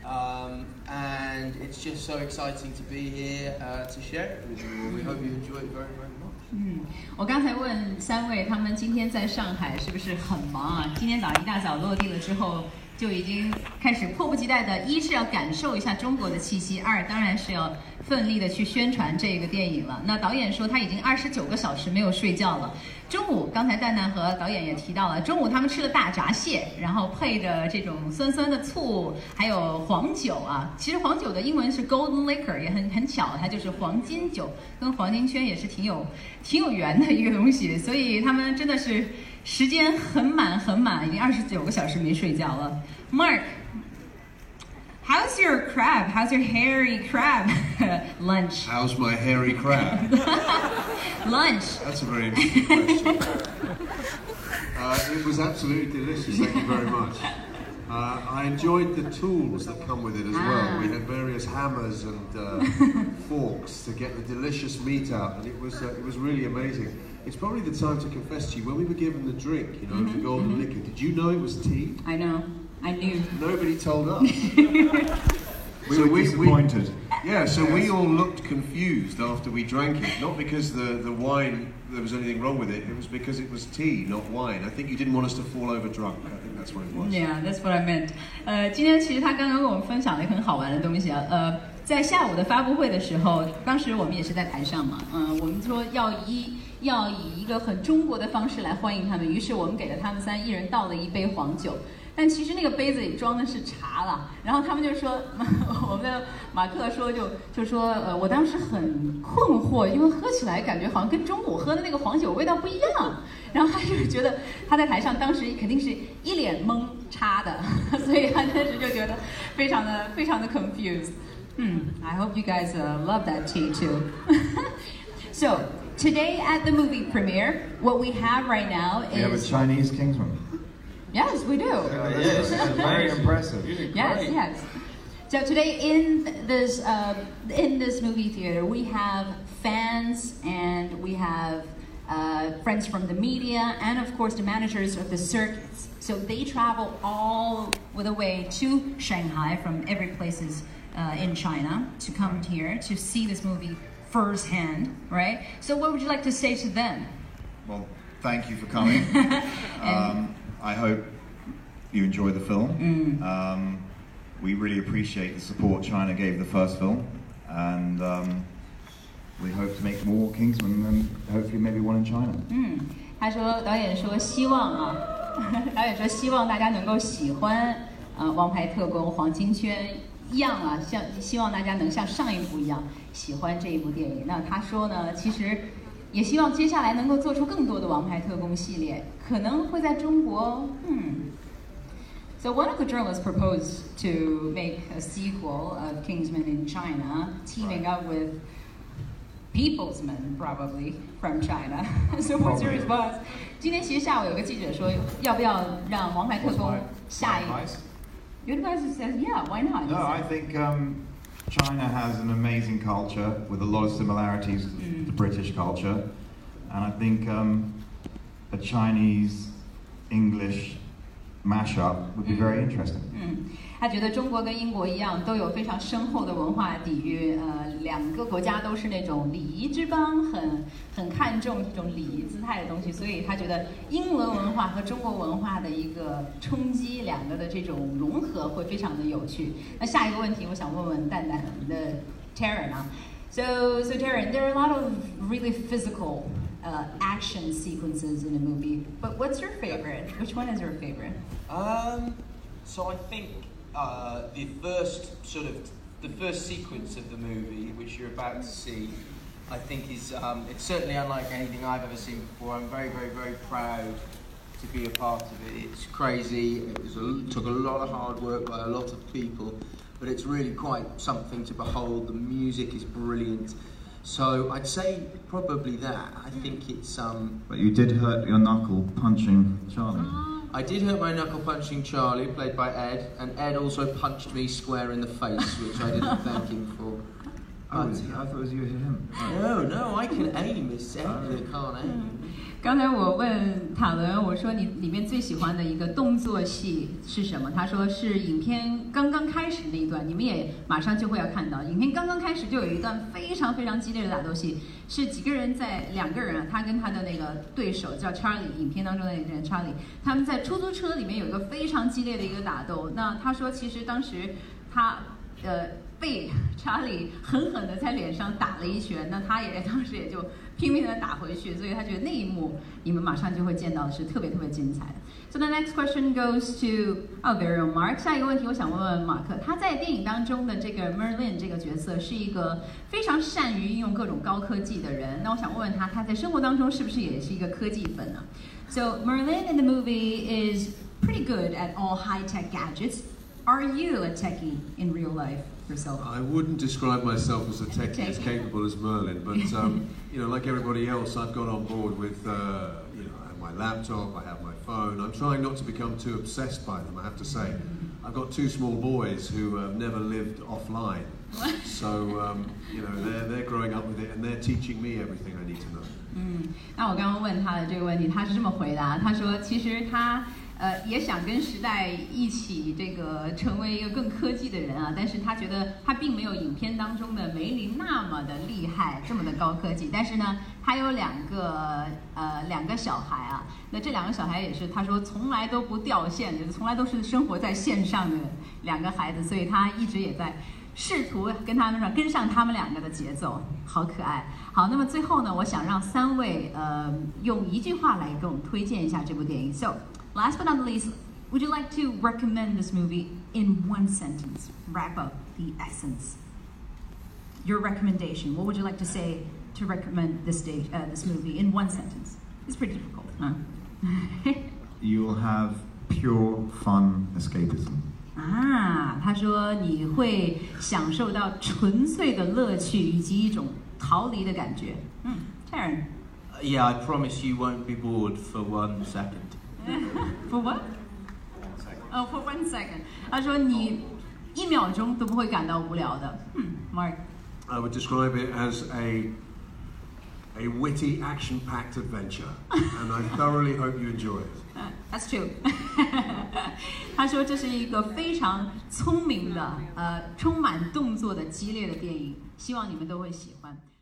Speaker 8: And it's just so exciting to be here to share it with you. We hope you enjoy it very, very much.
Speaker 6: 我刚才问三位，他们今天在上海是不是很忙啊？今天早上一大早落地了之后，就已经开始迫不及待的，一是要感受一下中国的气息，二当然是要奋力的去宣传这个电影了。那导演说他已经29个小时没有睡觉了。中午，刚才蛋蛋和导演也提到了，中午他们吃了大闸蟹，然后配着这种酸酸的醋，还有黄酒啊。其实黄酒的英文是 golden liquor， 也很巧，它就是黄金酒，跟黄金圈也是挺有缘的一个东西。所以他们真的是时间很满，已经29个小时没睡觉了。Mark。How's your crab? How's your hairy crab lunch?
Speaker 9: How's my hairy crab?
Speaker 6: Lunch.
Speaker 9: That's a very interesting question. It was absolutely delicious, thank you very much. I enjoyed the tools that come with it as well. We had various hammers and forks to get the delicious meat out, and it was really amazing. It's probably the time to confess to you, when we were given the drink, the golden liquor, did you know it was tea?
Speaker 6: I know. I knew.
Speaker 9: Nobody told us.
Speaker 7: We were disappointed.
Speaker 9: So we all looked confused after we drank it. Not because the wine, there was anything wrong with it. It was because it was tea, not wine. I think you didn't want us to fall over drunk. I think that's what it was.
Speaker 6: Yeah, that's what I meant. 今天其实他刚刚跟我们分享了一个很好玩的东西啊。在下午的发布会的时候，当时我们也是在台上嘛。我们说要以一个很中国的方式来欢迎他们，于是我们给了他们一人倒了一杯黄酒。但其实那个杯子里装的是茶了，然后他们就说，我们的马克说就说，我当时很困惑，因为喝起来感觉好像跟中午喝的那个黄酒味道不一样，然后他就觉得他在台上当时肯定是一脸懵叉的，所以他当时就觉得非常的 confused。I hope you guys love that tea too. So today at the movie premiere, what we have right now is
Speaker 7: we have a Chinese Kingsman.
Speaker 6: Yes, we do.
Speaker 7: Yes, very impressive.
Speaker 6: Yes. So today in this movie theater, we have fans and we have friends from the media and of course the managers of the circuits. So they travel all the way to Shanghai from every places in China to come here to see this movie firsthand, right? So what would you like to say to them?
Speaker 7: Well, thank you for coming. I hope you enjoy the film. We really appreciate the support China gave the first film, and we hope to make more Kingsman and hopefully maybe one in China.
Speaker 6: 他说，导演说希望大家能够喜欢王牌特工黄金圈一样啊，希望大家能像上一部一样喜欢这一部电影。那他说呢，其实也希望接下来能够做出更多的王牌特工系列，可能会在中国。So one of the journalists proposed to make a sequel of Kingsman in China, teaming up with People's Men, probably from China. So what's your response? 今天其实下午有个记者说，要不要让王牌特工下一？Your advice says, yeah, why not?
Speaker 7: No, I think China has an amazing culture with a lot of similarities to the British culture, and I think a Chinese-English mashup would be very interesting.
Speaker 6: 他觉得中国跟英国一样，都有非常深厚的文化底蕴。两个国家都是那种礼仪之邦，很看重这种礼仪姿态的东西，所以他觉得英伦文化和中国文化的一个冲击，两个的这种融合会非常的有趣。那下一个问题，我想问问蛋蛋的 Taryn 啊。So Taryn, there are a lot of really physical action sequences in the movie, but what's your favorite? Which one is your favorite?
Speaker 8: So I think the first sort of the first sequence of the movie, which you're about to see, I think is it's certainly unlike anything I've ever seen before. I'm very, very, very proud to be a part of it. It's crazy. It took a lot of hard work by a lot of people, but it's really quite something to behold. The music is brilliant. So I'd say probably that. I think it's
Speaker 7: But you did hurt your knuckle punching Charlie.
Speaker 8: I did hurt my knuckle punching Charlie, played by Ed, and Ed also punched me square in the face, which I didn't thank him for.
Speaker 7: I thought it was you hit him.
Speaker 8: No, I can aim. It's Ed that can't aim.
Speaker 6: 刚才我问塔伦，我说你里面最喜欢的一个动作戏是什么？他说是影片刚刚开始那一段，你们也马上就会要看到。影片刚刚开始就有一段非常非常激烈的打斗戏，是几个人两个人啊，他跟他的那个对手叫 Charlie， 影片当中的那个人 Charlie， 他们在出租车里面有一个非常激烈的一个打斗。那他说其实当时他被查理狠狠地在脸上打了一拳，那他当时也就拼命地打回去，所以他觉得那一幕你们马上就会见到的是特别特别精彩的。So the next question goes to very own Mark。下一个问题我想问问马克，他在电影当中的这个 Merlin 这个角色是一个非常善于运用各种高科技的人，那我想问问他在生活当中是不是也是一个科技粉呢？ So Merlin in the movie is pretty good at all high-tech gadgets. Are you a techie in real life yourself?
Speaker 9: I wouldn't describe myself as a techie as capable as Merlin, but like everybody else, I've got on board with, I have my laptop, I have my phone. I'm trying not to become too obsessed by them, I have to say. I've got 2 small boys who have never lived offline, so they're growing up with it and they're teaching me everything I need to know.
Speaker 6: 那我刚刚问他的这个问题，他是这么回答，他说其实他也想跟时代一起这个成为一个更科技的人啊，但是他觉得他并没有影片当中的梅林那么的厉害，这么的高科技。但是呢，他有两个小孩啊，那这2个小孩也是他说从来都不掉线，就是从来都是生活在线上的2个孩子，所以他一直也在试图跟上他们2个的节奏，好可爱。好，那么最后呢，我想让3位用一句话来给我们推荐一下这部电影。So last but not least, would you like to recommend this movie in 1 sentence? Wrap up the essence. Your recommendation. What would you like to say to recommend this movie in 1 sentence? It's pretty difficult, huh?
Speaker 7: You will have pure fun escapism.
Speaker 6: 他说你会享受到纯粹的乐趣以及一种逃离的感觉。Taryn.
Speaker 8: Yeah, I promise you won't be bored for 1 second.
Speaker 6: For what? for 1 second. 他说你1秒钟都不会感到无聊的。Mark.
Speaker 9: I would describe it as a witty, action-packed adventure, and I thoroughly hope you enjoy it.
Speaker 6: That's true. 他说这是一个非常聪明的，充满动作的激烈的电影，希望你们都会喜欢。